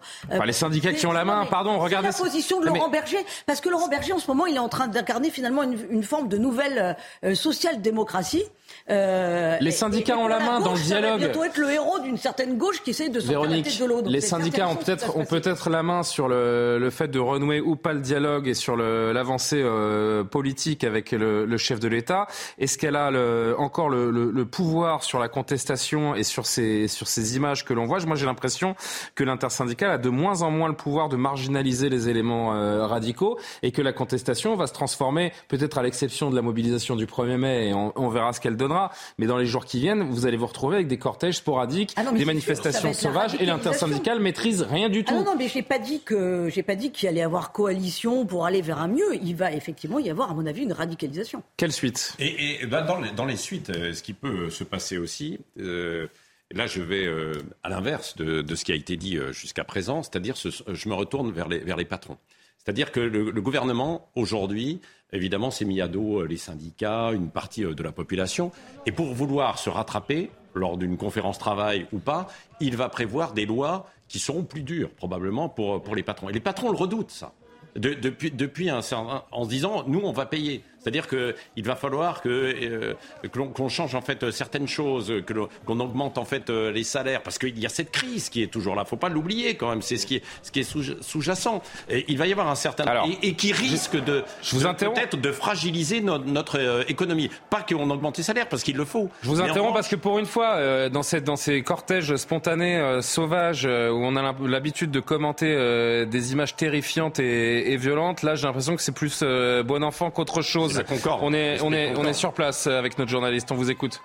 Speaker 3: les syndicats qui ont la main, regardez.
Speaker 8: C'est la position de Laurent Berger, parce que Laurent Berger, en ce moment, il est en train d'incarner finalement une forme de nouvelle social-démocratie.
Speaker 3: Les syndicats ont la main dans le dialogue.
Speaker 8: Ça va bientôt être le héros d'une certaine gauche qui essaie de sortir la tête de l'eau.
Speaker 3: Les syndicats ont peut-être la main sur le fait de renouer ou pas le dialogue et sur l'avancée politique avec le chef de l'État. Est-ce qu'elle a encore le pouvoir sur la contestation et sur ces images que l'on voit? Moi, j'ai l'impression que l'intersyndicale a de moins en moins le pouvoir de marginaliser les éléments radicaux et que la contestation va se transformer, peut-être à l'exception de la mobilisation du 1er mai, et on verra ce qu'elle donnera, mais dans les jours qui viennent, vous allez vous retrouver avec des cortèges sporadiques, des manifestations sauvages, et l'intersyndicale maîtrise rien du tout.
Speaker 8: Non, mais j'ai pas dit qu'il allait y avoir coalition pour aller vers un mieux. Il va effectivement y avoir, à mon avis, une radicalisation.
Speaker 3: Quelle suite?
Speaker 5: Et dans les suites, ce qui peut se passer aussi, là je vais à l'inverse de ce qui a été dit jusqu'à présent, c'est-à-dire je me retourne vers les patrons. C'est-à-dire que le gouvernement, aujourd'hui, évidemment, s'est mis à dos les syndicats, une partie de la population. Et pour vouloir se rattraper, lors d'une conférence travail ou pas, il va prévoir des lois qui seront plus dures, probablement, pour les patrons. Et les patrons le redoutent, ça. Depuis en se disant, nous, on va payer. C'est-à-dire qu'il va falloir qu'on change en fait certaines choses, qu'on augmente en fait les salaires, parce qu'il y a cette crise qui est toujours là. Il ne faut pas l'oublier quand même. C'est ce qui est sous-jacent. Et il va y avoir un certain et qui risque peut-être de fragiliser notre économie. Pas qu'on augmente les salaires, parce qu'il le faut.
Speaker 3: Je vous interromps parce que pour une fois, dans ces cortèges spontanés sauvages où on a l'habitude de commenter des images terrifiantes et violentes, là j'ai l'impression que c'est plus bon enfant qu'autre chose. On est sur place avec notre journaliste, on vous écoute.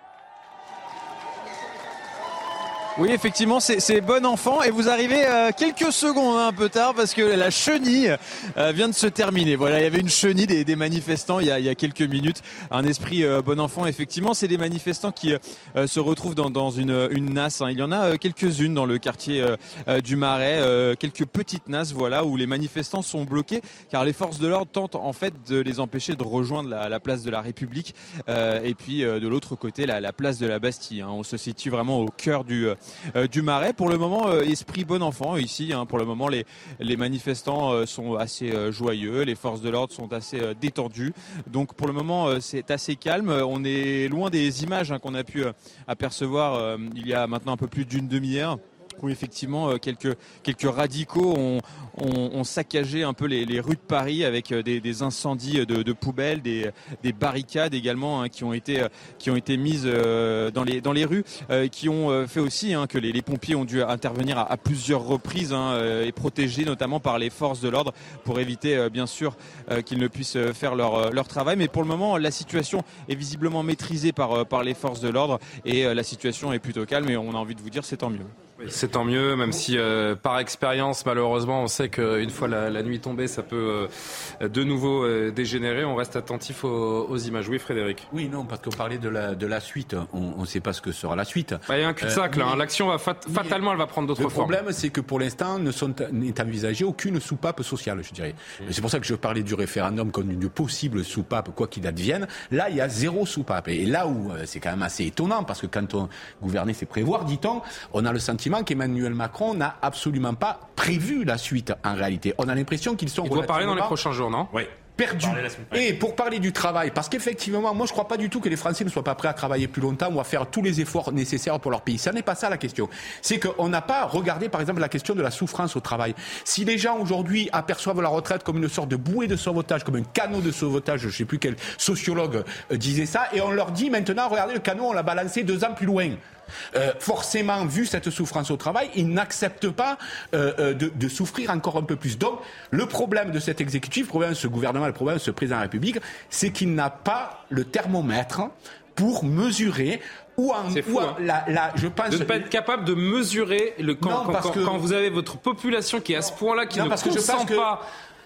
Speaker 7: Oui, effectivement, c'est bon enfant et vous arrivez quelques secondes un peu tard parce que la chenille vient de se terminer. Voilà, il y avait une chenille des manifestants il y a quelques minutes. Un esprit bon enfant, effectivement, c'est des manifestants qui se retrouvent dans une nasse. Il y en a quelques-unes dans le quartier du Marais, quelques petites nasses, voilà, où les manifestants sont bloqués car les forces de l'ordre tentent en fait de les empêcher de rejoindre la place de la République et puis de l'autre côté la place de la Bastille. On se situe vraiment au cœur du Marais. Pour le moment, esprit bon enfant ici. Pour le moment, les manifestants sont assez joyeux, les forces de l'ordre sont assez détendues. Donc pour le moment, c'est assez calme. On est loin des images qu'on a pu apercevoir il y a maintenant un peu plus d'une demi-heure, où effectivement quelques radicaux ont saccagé un peu les rues de Paris avec des incendies de poubelles, des barricades également qui ont été mises dans les rues, qui ont fait aussi que les pompiers ont dû intervenir à plusieurs reprises et protégés notamment par les forces de l'ordre pour éviter bien sûr qu'ils ne puissent faire leur travail. Mais pour le moment, la situation est visiblement maîtrisée par les forces de l'ordre et la situation est plutôt calme et on a envie de vous dire c'est tant mieux.
Speaker 3: C'est tant mieux, même si par expérience, malheureusement, on sait qu'une fois la nuit tombée, ça peut de nouveau dégénérer. On reste attentif aux images. Oui, Frédéric.
Speaker 6: Oui, non, parce qu'on parlait de la suite. On ne sait pas ce que sera la suite.
Speaker 3: Il y a un cul-de-sac là. L'action va fatalement, elle va prendre d'autres formes.
Speaker 6: Le problème, c'est que pour l'instant, n'est envisagée aucune soupape sociale, je dirais. C'est pour ça que je parlais du référendum comme une possible soupape, quoi qu'il advienne. Là, il y a zéro soupape. Et là où c'est quand même assez étonnant, parce que quand on gouvernait, c'est prévoir, dit-on, on a le sentiment qu'Emmanuel Macron n'a absolument pas prévu la suite en réalité. On a l'impression qu'ils sont...
Speaker 3: Il doit parler dans les prochains jours, non ?
Speaker 6: Oui. Perdu. Et pour parler du travail, parce qu'effectivement, moi je crois pas du tout que les Français ne soient pas prêts à travailler plus longtemps ou à faire tous les efforts nécessaires pour leur pays. Ça n'est pas ça la question. C'est qu'on n'a pas regardé par exemple la question de la souffrance au travail. Si les gens aujourd'hui aperçoivent la retraite comme une sorte de bouée de sauvetage, comme un canot de sauvetage, je sais plus quel sociologue disait ça, et on leur dit maintenant, regardez le canot, on l'a balancé 2 ans plus loin. Forcément, vu cette souffrance au travail, ils n'acceptent pas de souffrir encore un peu plus. Donc, le problème de cet exécutif, le problème de ce gouvernement, le problème de ce président de la République, c'est qu'il n'a pas le thermomètre pour mesurer
Speaker 3: je pense de ne pas être capable de mesurer quand vous avez votre population qui est à ce point-là, qui ne consent pas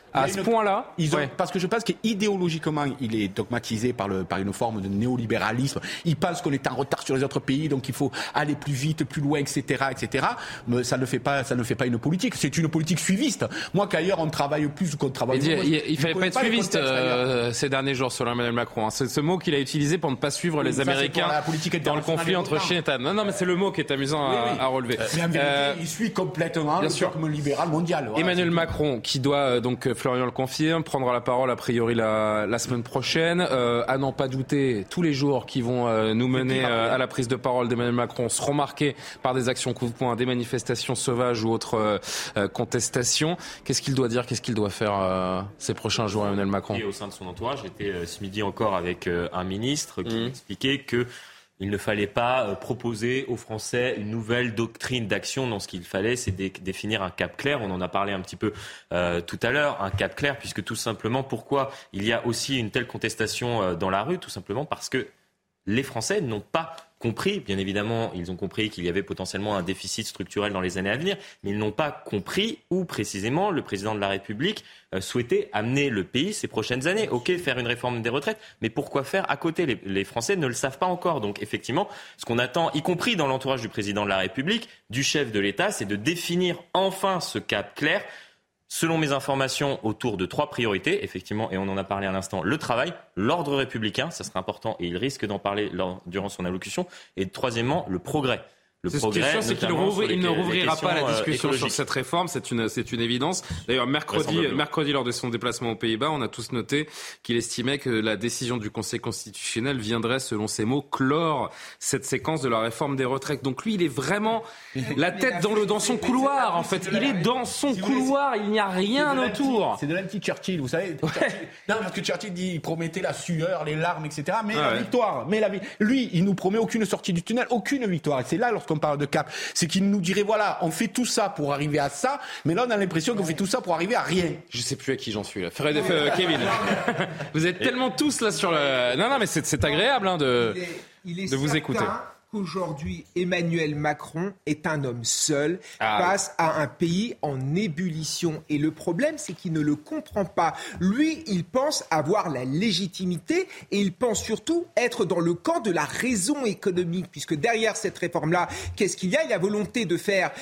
Speaker 3: À ce point-là,
Speaker 6: parce que je pense qu'idéologiquement, il est dogmatisé par une forme de néolibéralisme. Il pense qu'on est en retard sur les autres pays, donc il faut aller plus vite, plus loin, etc., etc. Mais ça ne fait pas une politique. C'est une politique suiviste. Moi, qu'ailleurs on travaille plus ou qu'on travaille moins.
Speaker 3: Il fallait pas être suiviste ces derniers jours sur Emmanuel Macron. C'est ce mot qu'il a utilisé pour ne pas suivre les Américains dans le conflit entre Chine et Taïwan. Non, mais c'est le mot qui est amusant à relever.
Speaker 6: Mais en vérité, il suit complètement le dogme libéral mondial. Voilà,
Speaker 3: Emmanuel Macron, qui doit, donc Florian le confirme, prendra la parole a priori la semaine prochaine. À n'en pas douter, tous les jours qui vont nous mener à la prise de parole d'Emmanuel Macron seront marqués par des actions coup-de-poing, des manifestations sauvages ou autres contestations. Qu'est-ce qu'il doit dire, qu'est-ce qu'il doit faire ces prochains jours, Emmanuel Macron ?
Speaker 4: Et au sein de son entourage, j'étais ce midi encore avec un ministre qui expliquait que il ne fallait pas proposer aux Français une nouvelle doctrine d'action. Non, ce qu'il fallait, c'est définir un cap clair. On en a parlé un petit peu tout à l'heure. Un cap clair, puisque tout simplement, pourquoi il y a aussi une telle contestation dans la rue ? Tout simplement parce que les Français n'ont pas compris, bien évidemment, ils ont compris qu'il y avait potentiellement un déficit structurel dans les années à venir, mais ils n'ont pas compris où précisément le président de la République souhaitait amener le pays ces prochaines années. Ok, faire une réforme des retraites, mais pourquoi faire à côté ? Les Français ne le savent pas encore. Donc effectivement, ce qu'on attend, y compris dans l'entourage du président de la République, du chef de l'État, c'est de définir enfin ce cap clair. Selon mes informations, autour de 3 priorités, effectivement, et on en a parlé à l'instant, le travail, l'ordre républicain, ça sera important, et il risque d'en parler durant son allocution, et troisièmement, le progrès.
Speaker 3: Ce qui est sûr, c'est qu'il ne rouvrira pas la discussion sur cette réforme, c'est une évidence. D'ailleurs, mercredi, lors de son déplacement aux Pays-Bas, on a tous noté qu'il estimait que la décision du Conseil constitutionnel viendrait, selon ses mots, clore cette séquence de la réforme des retraites. Donc lui, il est vraiment la tête dans son couloir, en fait. Il est dans son couloir, il n'y a rien autour.
Speaker 6: C'est de l'anti-Churchill, vous savez. Non, parce que Churchill dit, il promettait la sueur, les larmes, etc. Mais la victoire. Lui, il nous promet aucune sortie du tunnel, aucune victoire. Et c'est là, lorsqu'on parle de cap, c'est qu'il nous dirait voilà, on fait tout ça pour arriver à ça, mais là on a l'impression qu'on fait tout ça pour arriver à rien.
Speaker 3: Je sais plus à qui j'en suis là. Kevin, vous êtes tellement tous là sur le. Non, mais c'est agréable de vous écouter.
Speaker 10: Qu'aujourd'hui, Emmanuel Macron est un homme seul face à un pays en ébullition. Et le problème, c'est qu'il ne le comprend pas. Lui, il pense avoir la légitimité et il pense surtout être dans le camp de la raison économique. Puisque derrière cette réforme-là, qu'est-ce qu'il y a ? Il y a volonté de faire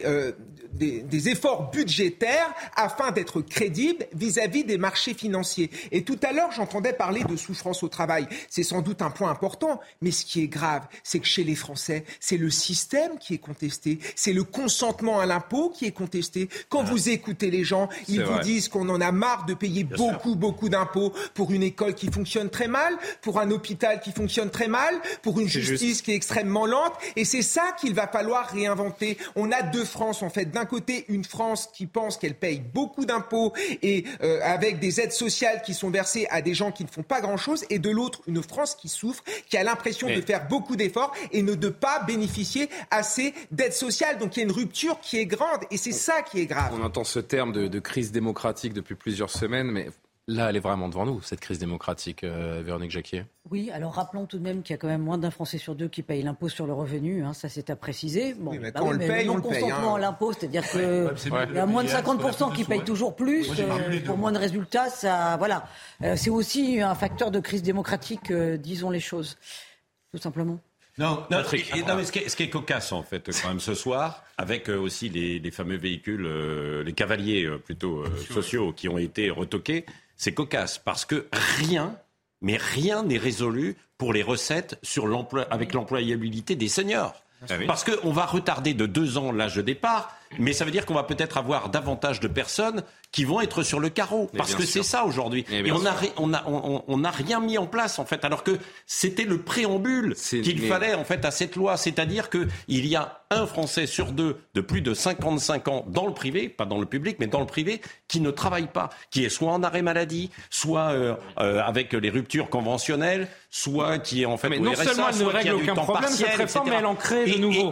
Speaker 10: des efforts budgétaires afin d'être crédible vis-à-vis des marchés financiers. Et tout à l'heure, j'entendais parler de souffrance au travail. C'est sans doute un point important, mais ce qui est grave, c'est que chez les Français, c'est le système qui est contesté, c'est le consentement à l'impôt qui est contesté. Quand vous écoutez les gens, ils vous disent qu'on en a marre de payer beaucoup d'impôts pour une école qui fonctionne très mal, pour un hôpital qui fonctionne très mal, pour une justice qui est extrêmement lente. Et c'est ça qu'il va falloir réinventer. On a 2 France, en fait. D'un côté, une France qui pense qu'elle paye beaucoup d'impôts et avec des aides sociales qui sont versées à des gens qui ne font pas grand-chose, et de l'autre, une France qui souffre, qui a l'impression de faire beaucoup d'efforts et ne de pas bénéficier assez d'aides sociales. Donc il y a une rupture qui est grande et c'est ça qui est grave.
Speaker 3: On entend ce terme de crise démocratique depuis plusieurs semaines, mais là, elle est vraiment devant nous, cette crise démocratique, Véronique Jacquier.
Speaker 8: Oui, alors rappelons tout de même qu'il y a quand même moins d'un Français sur 2 qui paye l'impôt sur le revenu, ça c'est à préciser. Bon,
Speaker 10: oui, mais quand on le paye, on le paye.
Speaker 8: Consentement à l'impôt, c'est-à-dire qu'il y a moins de 50% qui payent toujours plus, pour moins de résultats, ça, voilà. C'est aussi un facteur de crise démocratique, disons les choses, tout simplement.
Speaker 5: Non, mais ce qui est cocasse en fait quand même ce soir, avec aussi les fameux véhicules, les cavaliers plutôt sociaux qui ont été retoqués, c'est cocasse parce que rien n'est résolu pour les recettes avec l'employabilité des seniors. Parce qu'on va retarder de 2 ans l'âge de départ, mais ça veut dire qu'on va peut-être avoir davantage de personnes qui vont être sur le carreau. Parce que c'est ça aujourd'hui. Et on n'a rien mis en place, en fait, alors que c'était le préambule qu'il fallait, en fait, à cette loi. C'est-à-dire qu'il y a un Français sur 2 de plus de 55 ans dans le privé, pas dans le public, mais dans le privé, qui ne travaille pas, qui est soit en arrêt maladie, soit avec les ruptures conventionnelles, soit qui est en fait
Speaker 3: au RSA,
Speaker 5: seulement
Speaker 3: elle ne règle aucun problème, cette réforme, mais elle en crée de nouveaux.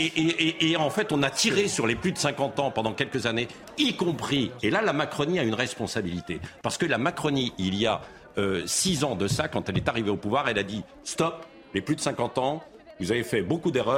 Speaker 5: Et en fait, on a tiré sur les plus de 50 ans pendant quelques années, y compris, et là, la Macronie a une responsabilité. Parce que la Macronie, il y a 6 ans de ça, quand elle est arrivée au pouvoir, elle a dit « Stop, les plus de 50 ans, vous avez fait beaucoup d'erreurs,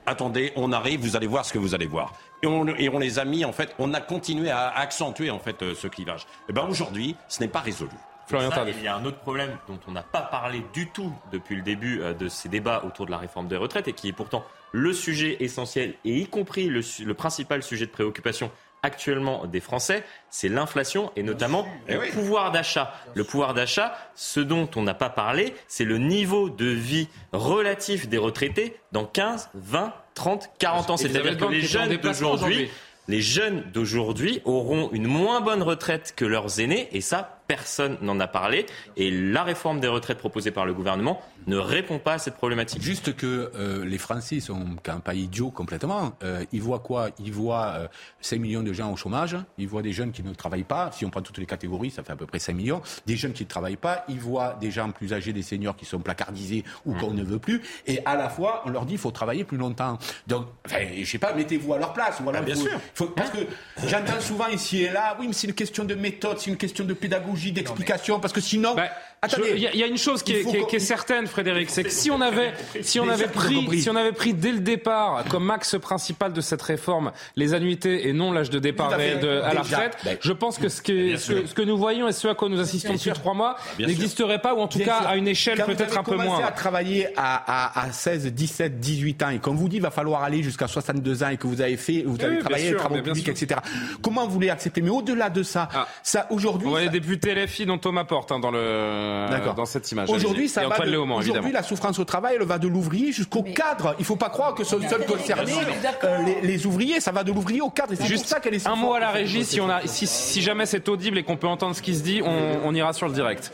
Speaker 5: attendez, on arrive, vous allez voir ce que vous allez voir. Et on les a mis, en fait, on a continué à accentuer, en fait, ce clivage. Et ben aujourd'hui, ce n'est pas résolu.
Speaker 4: Il y a un autre problème dont on n'a pas parlé du tout depuis le début de ces débats autour de la réforme des retraites et qui est pourtant le sujet essentiel et y compris le principal sujet de préoccupation actuellement des Français, c'est l'inflation et notamment le pouvoir d'achat. Le pouvoir d'achat, ce dont on n'a pas parlé, c'est le niveau de vie relatif des retraités dans 15, 20, 30, 40 ans. C'est-à-dire que les jeunes d'aujourd'hui auront une moins bonne retraite que leurs aînés et ça, personne n'en a parlé. Et la réforme des retraites proposée par le gouvernement ne répond pas à cette problématique.
Speaker 6: Juste que les Français sont pas idiots complètement. Ils voient quoi ? Ils voient 5 millions de gens au chômage. Ils voient des jeunes qui ne travaillent pas. Si on prend toutes les catégories, ça fait à peu près 5 millions. Des jeunes qui ne travaillent pas. Ils voient des gens plus âgés, des seniors qui sont placardisés ou qu'on ne veut plus. Et à la fois, on leur dit qu'il faut travailler plus longtemps. Donc, je sais pas, mettez-vous à leur place. Ou alors,
Speaker 5: bien sûr.
Speaker 6: Parce que j'entends souvent ici et là, oui, mais c'est une question de méthode, c'est une question de pédagogie, d'explication, parce que sinon...
Speaker 3: Il y a une chose qui est certaine, Frédéric, c'est que si on avait pris dès le départ comme axe principal de cette réforme les annuités et non l'âge de départ réel à la retraite, je pense que ce que nous voyons et ce à quoi nous assistons depuis 3 mois n'existerait pas, ou en tout cas à une échelle peut-être un peu moins.
Speaker 6: Quand vous commencez à travailler à 16, 17, 18 ans et qu'on vous dit qu'il va falloir aller jusqu'à 62 ans et que vous avez travaillé les travaux publics, etc. Comment vous voulez accepter ? Mais au-delà de ça, aujourd'hui...
Speaker 3: On voit les députés LFI dont Thomas Porte dans cette image.
Speaker 6: Aujourd'hui, la souffrance au travail, elle va de l'ouvrier jusqu'au cadre. Il ne faut pas croire que ce sont seuls concernés les ouvriers, ça va de l'ouvrier au cadre. Et c'est juste ça qu'elle est.
Speaker 3: Un mot à la régie, si jamais c'est audible et qu'on peut entendre ce qui se dit, on ira sur le direct.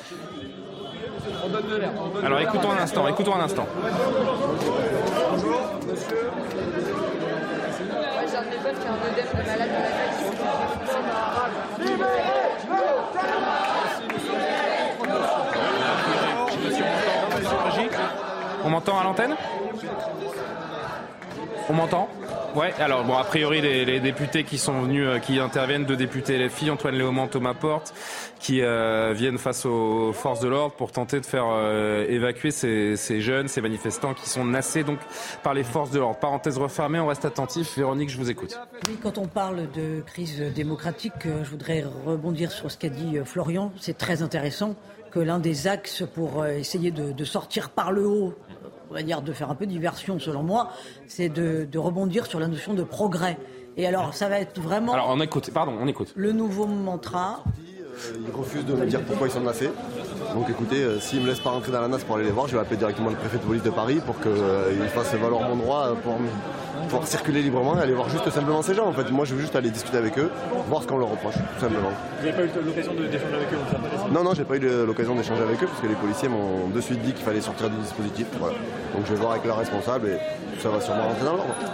Speaker 3: Alors écoutons un instant.
Speaker 15: Bonjour, monsieur. J'ai un de mes potes qui a un œdème de malade de la tête.
Speaker 3: On m'entend à l'antenne ? On m'entend ? Ouais, alors bon, a priori les députés qui sont venus, qui interviennent, 2 députés LFI, Antoine Léaumont, Thomas Porte, qui viennent face aux forces de l'ordre pour tenter de faire évacuer ces jeunes, ces manifestants qui sont nassés donc par les forces de l'ordre. Parenthèse refermée, on reste attentif. Véronique, je vous écoute.
Speaker 8: Oui, quand on parle de crise démocratique, je voudrais rebondir sur ce qu'a dit Florian. C'est très intéressant que l'un des axes pour essayer de sortir par le haut, on va dire de faire un peu diversion selon moi, c'est de rebondir sur la notion de progrès. Et alors ça va être vraiment...
Speaker 3: Alors on écoute.
Speaker 8: Le nouveau mantra...
Speaker 16: Ils refusent de me dire pourquoi ils sont nassés. Donc écoutez, s'ils ne me laissent pas rentrer dans la nasse pour aller les voir, je vais appeler directement le préfet de police de Paris pour qu'il fasse valoir mon droit pour pouvoir circuler librement et aller voir juste simplement ces gens. En fait, moi je veux juste aller discuter avec eux, voir ce qu'on leur reproche, tout simplement.
Speaker 17: Vous n'avez pas eu l'occasion d'échanger avec eux?
Speaker 16: Non, j'ai pas eu l'occasion d'échanger avec eux parce que les policiers m'ont de suite dit qu'il fallait sortir du dispositif. Voilà. Donc je vais voir avec leur responsable et ça va sûrement rentrer dans l'ordre.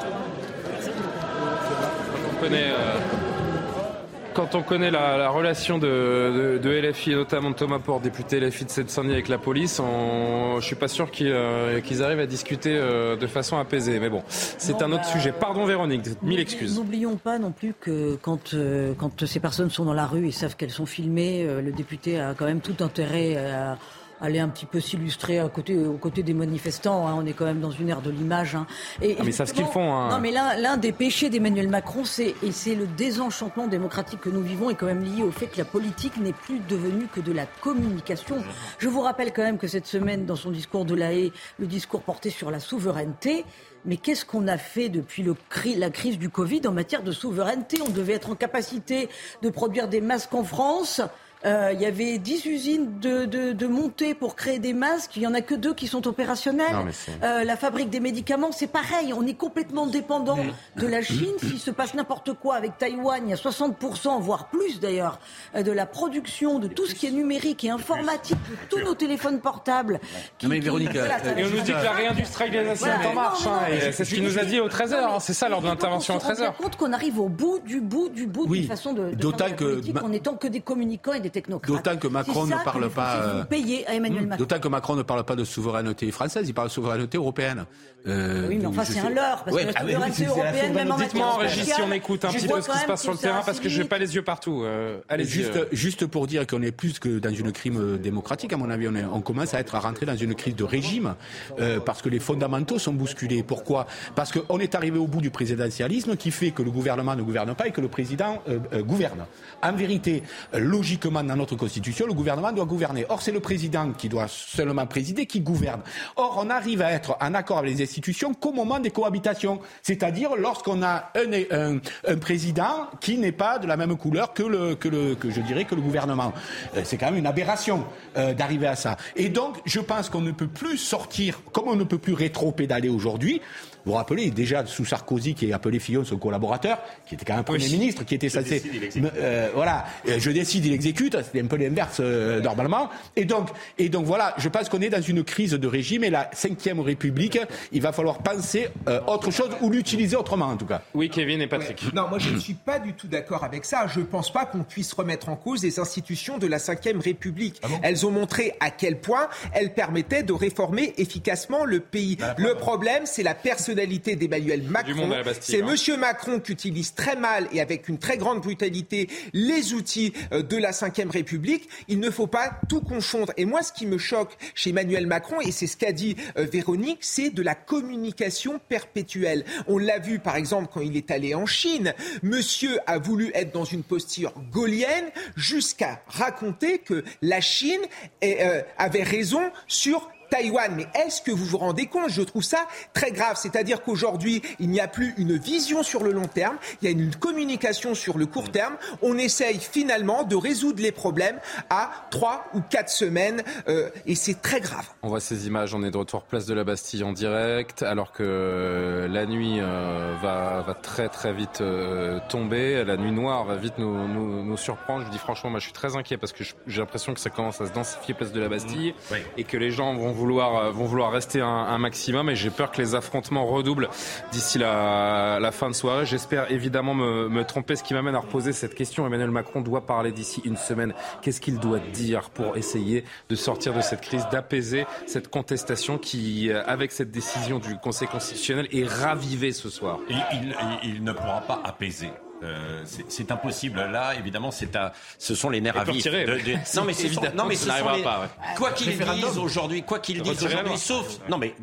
Speaker 3: Quand on connaît la relation de LFI, et notamment de Thomas Porte, député LFI de Seine-Saint-Denis avec la police, je suis pas sûr qu'ils arrivent à discuter de façon apaisée. Mais bon, c'est un autre sujet. Pardon Véronique, mille excuses.
Speaker 8: N'oublions pas non plus que quand ces personnes sont dans la rue et savent qu'elles sont filmées, le député a quand même tout intérêt à aller un petit peu s'illustrer aux côtés des manifestants. On est quand même dans une ère de l'image.
Speaker 3: Mais ils savent ce qu'ils font.
Speaker 8: Non, mais l'un des péchés d'Emmanuel Macron, c'est le désenchantement démocratique que nous vivons, est quand même lié au fait que la politique n'est plus devenue que de la communication. Je vous rappelle quand même que cette semaine, dans son discours de La Haye, le discours portait sur la souveraineté. Mais qu'est-ce qu'on a fait depuis la crise du Covid en matière de souveraineté ? On devait être en capacité de produire des masques en France. Il y avait 10 usines de montée pour créer des masques. Il n'y en a que 2 qui sont opérationnelles. La fabrique des médicaments, c'est pareil. On est complètement dépendant de la Chine. S'il se passe n'importe quoi avec Taïwan, il y a 60%, voire plus d'ailleurs, de la production de tout ce qui est numérique et informatique, de tous nos téléphones portables.
Speaker 3: Mais Véronique, et on nous dit que la réindustrialisation est en marche. C'est ce qu'il nous a dit au 13h. C'est ça lors de l'intervention au 13h.
Speaker 8: On se rend compte qu'on arrive au bout d'une façon de faire politique en n'étant que des communicants et des des technocrates.
Speaker 6: D'autant que Macron ne parle pas.
Speaker 8: Payer à Emmanuel Macron.
Speaker 6: D'autant que Macron ne parle pas de souveraineté française, il parle de souveraineté européenne.
Speaker 8: Oui, mais enfin, c'est un leurre, parce que la souveraineté européenne, même en matière
Speaker 3: Dites-moi, Régis, si on écoute un petit peu ce qui se passe sur le terrain, parce que je n'ai pas les yeux partout. Allez-y.
Speaker 6: Juste pour dire qu'on est plus que dans une crise démocratique, à mon avis, on commence à rentrer dans une crise de régime, parce que les fondamentaux sont bousculés. Pourquoi ? Parce qu'on est arrivé au bout du présidentialisme qui fait que le gouvernement ne gouverne pas et que le président gouverne. En vérité, logiquement, dans notre Constitution, le gouvernement doit gouverner. Or, c'est le président qui doit seulement présider qui gouverne. Or, on arrive à être en accord avec les institutions qu'au moment des cohabitations, c'est-à-dire lorsqu'on a un président qui n'est pas de la même couleur que le gouvernement. C'est quand même une aberration d'arriver à ça. Et donc, je pense qu'on ne peut plus sortir, comme on ne peut plus rétro-pédaler aujourd'hui. Vous vous rappelez, déjà sous Sarkozy, qui est appelé Fillon, son collaborateur, qui était quand même Premier ministre, qui était censé... je décide, il exécute, c'était un peu l'inverse normalement. Et donc voilà, je pense qu'on est dans une crise de régime et la 5e République, il va falloir penser autre chose ou l'utiliser autrement en tout cas.
Speaker 3: Oui, Kevin et Patrick.
Speaker 10: Ouais. Non, moi je ne suis pas du tout d'accord avec ça. Je ne pense pas qu'on puisse remettre en cause les institutions de la 5e République. Ah bon ? Elles ont montré à quel point elles permettaient de réformer efficacement le pays. Le problème, c'est la personnalité d'Emmanuel Macron. C'est Monsieur Macron qui utilise très mal et avec une très grande brutalité les outils de la 5e République. Il ne faut pas tout confondre. Et moi, ce qui me choque chez Emmanuel Macron, et c'est ce qu'a dit Véronique, c'est de la communication perpétuelle. On l'a vu, par exemple, quand il est allé en Chine. Monsieur a voulu être dans une posture gaullienne jusqu'à raconter que la Chine avait raison sur Taïwan. Mais est-ce que vous vous rendez compte ? Je trouve ça très grave. C'est-à-dire qu'aujourd'hui, il n'y a plus une vision sur le long terme, il y a une communication sur le court terme. On essaye finalement de résoudre les problèmes à 3 ou 4 semaines et c'est très grave.
Speaker 3: On voit ces images, on est de retour place de la Bastille en direct, alors que la nuit va très très vite tomber, la nuit noire va vite nous surprendre. Je dis franchement, moi je suis très inquiet parce que j'ai l'impression que ça commence à se densifier place de la Bastille et que les gens vont vouloir rester un maximum et j'ai peur que les affrontements redoublent d'ici la fin de soirée. J'espère évidemment me tromper, ce qui m'amène à reposer cette question. Emmanuel Macron doit parler d'ici une semaine. Qu'est-ce qu'il doit dire pour essayer de sortir de cette crise, d'apaiser cette contestation qui, avec cette décision du Conseil constitutionnel, est ravivée ce soir ?
Speaker 5: Il ne pourra pas apaiser. C'est impossible. Là, évidemment, ce sont les nerfs à vif. Non, mais ce sont quoi qu'ils disent aujourd'hui, sauf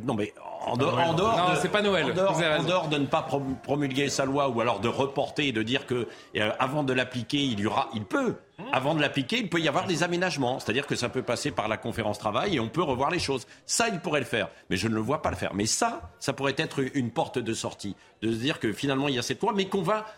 Speaker 5: en dehors
Speaker 3: c'est pas Noël.
Speaker 5: En dehors de ne pas promulguer sa loi ou alors de reporter et de dire que avant de l'appliquer, avant de l'appliquer, il peut y avoir des aménagements. C'est-à-dire que ça peut passer par la conférence travail et on peut revoir les choses. Ça, il pourrait le faire. Mais je ne le vois pas le faire. Mais ça pourrait être une porte de sortie. De se dire que finalement, il y a cette loi, mais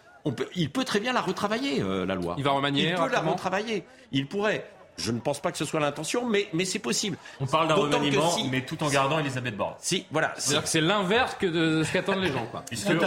Speaker 5: il peut très bien la retravailler, la loi.
Speaker 3: Il va remanier.
Speaker 5: Il peut la retravailler. Il pourrait. Je ne pense pas que ce soit l'intention, mais c'est possible.
Speaker 4: On parle d'un remaniement, mais tout en gardant Elisabeth Borne.
Speaker 3: C'est-à-dire que c'est l'inverse de ce qu'attendent les gens, quoi.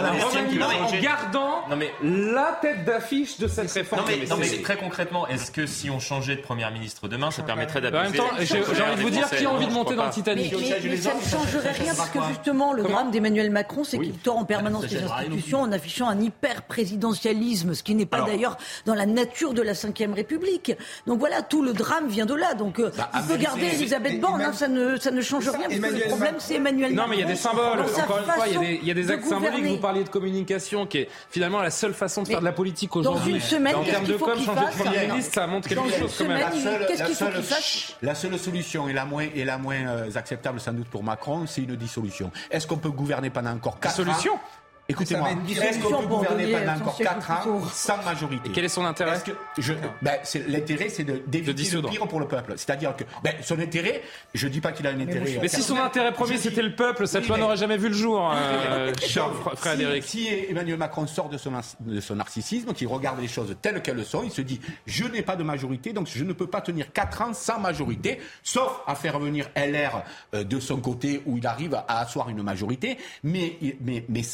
Speaker 3: En gardant la tête d'affiche de cette réforme.
Speaker 4: Mais très concrètement, est-ce que si on changeait de Première ministre demain, ça permettrait d'apaiser...
Speaker 3: En même temps, j'ai envie de vous dire qui a envie de monter dans le Titanic.
Speaker 8: Mais ça ne changerait rien parce que justement, le drame d'Emmanuel Macron, c'est qu'il tord en permanence les institutions en affichant un hyper-présidentialisme, ce qui n'est pas d'ailleurs dans la nature de la 5e République. Donc voilà, tout le drame vient de là. Donc il peut garder Elisabeth Borne, ça ne change rien. Parce que le problème, c'est Emmanuel Macron.
Speaker 3: Non, mais il y a des symboles. Encore une fois, il y a des actes symboliques. Vous parliez de communication, qui est finalement la seule façon de faire de la politique aujourd'hui.
Speaker 8: Dans une semaine,
Speaker 3: en termes de com, changer de Premier ministre, ça montre quelque chose quand même.
Speaker 8: Qu'est-ce qu'il faut qu'il fasse ?
Speaker 6: La seule solution et la moins acceptable sans doute pour Macron, c'est une dissolution. Est-ce qu'on peut gouverner pendant encore 4 ans ? Écoutez-moi, est-ce qu'on peut gouverner pendant encore 4 ans sans majorité ?
Speaker 3: Et quel est son intérêt ?
Speaker 6: L'intérêt, c'est d'éviter le pire pour le peuple. C'est-à-dire que son intérêt, je ne dis pas qu'il a un intérêt...
Speaker 3: Mais si son intérêt premier, c'était le peuple, cette loi n'aurait jamais vu le jour, cher Frédéric.
Speaker 6: Si Emmanuel Macron sort de son narcissisme, qu'il regarde les choses telles qu'elles sont, il se dit « je n'ai pas de majorité, donc je ne peux pas tenir 4 ans sans majorité, sauf à faire venir LR de son côté, où il arrive à asseoir une majorité, mais sans ça,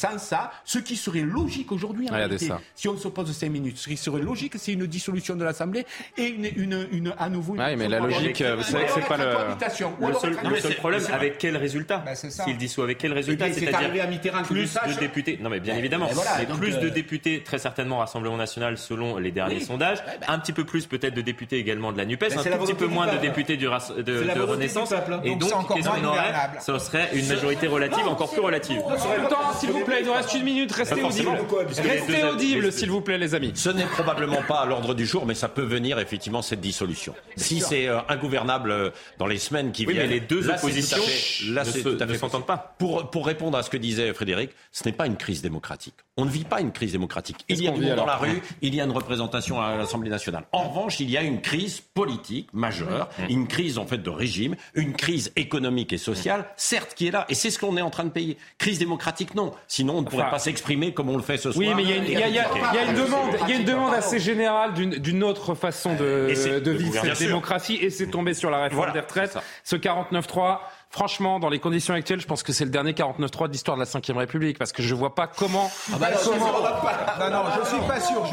Speaker 6: là, ce qui serait logique aujourd'hui, en réalité, si on s'oppose 5 minutes, ce qui serait logique, c'est une dissolution de l'Assemblée et à nouveau une...
Speaker 3: Oui, mais la logique, vous savez que c'est pas
Speaker 4: le seul problème, avec quel résultat s'il dissout, avec quel résultat? C'est-à-dire plus de députés. Non, mais bien évidemment. Plus de députés, très certainement, Rassemblement National, selon les derniers sondages. Un petit peu plus, peut-être, de députés également de la NUPES. Un tout petit peu moins de députés de Renaissance. Et donc, qu'est-ce qu'on aurait? Ce serait une majorité relative, encore plus relative.
Speaker 3: S'il vous plaît, il nous reste 1 minute. Restez audible. Restez audible, s'il vous plaît, les amis.
Speaker 5: Ce n'est probablement pas à l'ordre du jour, mais ça peut venir, effectivement, cette dissolution. Si c'est ingouvernable dans les semaines qui viennent.
Speaker 4: Mais les deux oppositions ne s'entendent pas.
Speaker 5: Pour répondre à ce que disait Frédéric, ce n'est pas une crise démocratique. On ne vit pas une crise démocratique. Il y a du monde dans la rue, il y a une représentation à l'Assemblée nationale. En revanche, il y a une crise politique majeure, une crise en fait de régime, une crise économique et sociale, certes qui est là, et c'est ce qu'on est en train de payer. Crise démocratique, non. Sinon, on ne pourrait pas s'exprimer comme on le fait ce soir.
Speaker 3: Oui, mais il y a une demande assez générale d'une autre façon de vivre cette démocratie, et c'est tombé sur la réforme des retraites. Ce 49.3. Franchement, dans les conditions actuelles, je pense que c'est le dernier 49.3 de l'histoire de la Ve République, parce que je vois pas comment...
Speaker 10: Non, je suis pas sûr.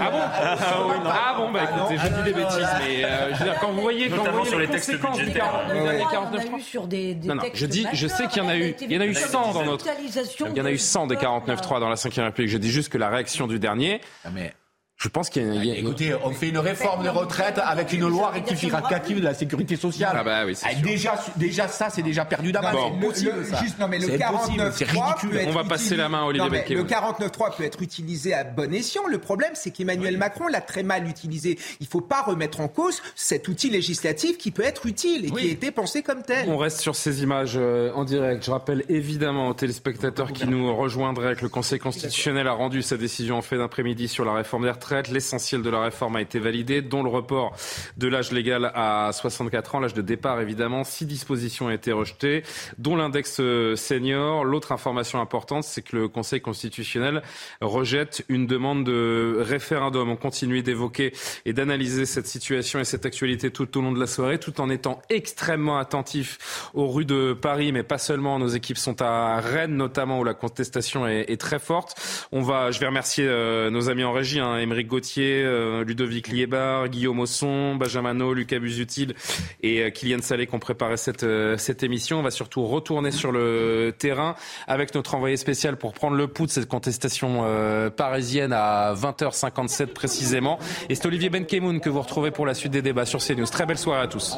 Speaker 3: Écoutez, je dis des bêtises, mais je veux dire, quand vous voyez les conséquences du dernier 49.3... Non, je sais qu'il y en a eu 100 dans notre... Il y en a eu 100 des 49.3 dans la Ve République. Je dis juste que la réaction du dernier... Je pense qu'il y a...
Speaker 6: Écoutez, on fait une réforme des retraites avec une loi rectificative de la sécurité sociale. Déjà ça, c'est déjà perdu d'avance.
Speaker 10: C'est le 49.3
Speaker 3: on va passer la main à Olivier Benkemoun.
Speaker 10: Le 49.3 peut être utilisé à bon escient. Le problème, c'est qu'Emmanuel Macron l'a très mal utilisé. Il ne faut pas remettre en cause cet outil législatif qui peut être utile et qui a été pensé comme tel.
Speaker 3: On reste sur ces images en direct. Je rappelle évidemment aux téléspectateurs qui nous rejoindraient que le Conseil constitutionnel a rendu sa décision en fin d'après-midi sur la réforme des retraites. L'essentiel de la réforme a été validé, dont le report de l'âge légal à 64 ans, l'âge de départ évidemment. 6 dispositions ont été rejetées, dont l'index senior. L'autre information importante, c'est que le Conseil constitutionnel rejette une demande de référendum. On continue d'évoquer et d'analyser cette situation et cette actualité tout au long de la soirée, tout en étant extrêmement attentif aux rues de Paris, mais pas seulement. Nos équipes sont à Rennes notamment, où la contestation est très forte. Je vais remercier nos amis en régie, Émeric Gauthier, Ludovic Liébar, Guillaume Osson, Benjamin O, Lucas Busutil et Kylian Salé qui ont préparé cette émission. On va surtout retourner sur le terrain avec notre envoyé spécial pour prendre le pouls de cette contestation parisienne à 20h57 précisément. Et c'est Olivier Benkemoun que vous retrouvez pour la suite des débats sur CNews. Très belle soirée à tous.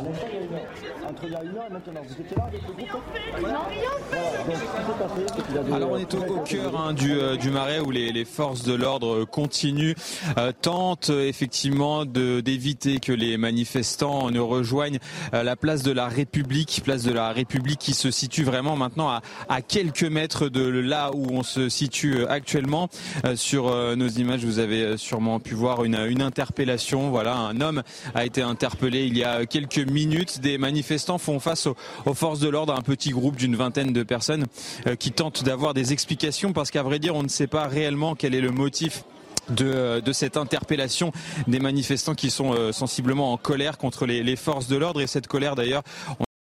Speaker 7: Alors on est au cœur du Marais où les forces de l'ordre continuent, tentent effectivement d'éviter que les manifestants ne rejoignent la place de la République qui se situe vraiment maintenant à quelques mètres de là où on se situe actuellement. Sur nos images, vous avez sûrement pu voir une interpellation. Voilà, un homme a été interpellé il y a quelques minutes. Des manifestants font face aux forces de l'ordre, un petit groupe d'une vingtaine de personnes qui tentent d'avoir des explications parce qu'à vrai dire, on ne sait pas réellement quel est le motif de cette interpellation des manifestants qui sont sensiblement en colère contre les forces de l'ordre. Et cette colère d'ailleurs,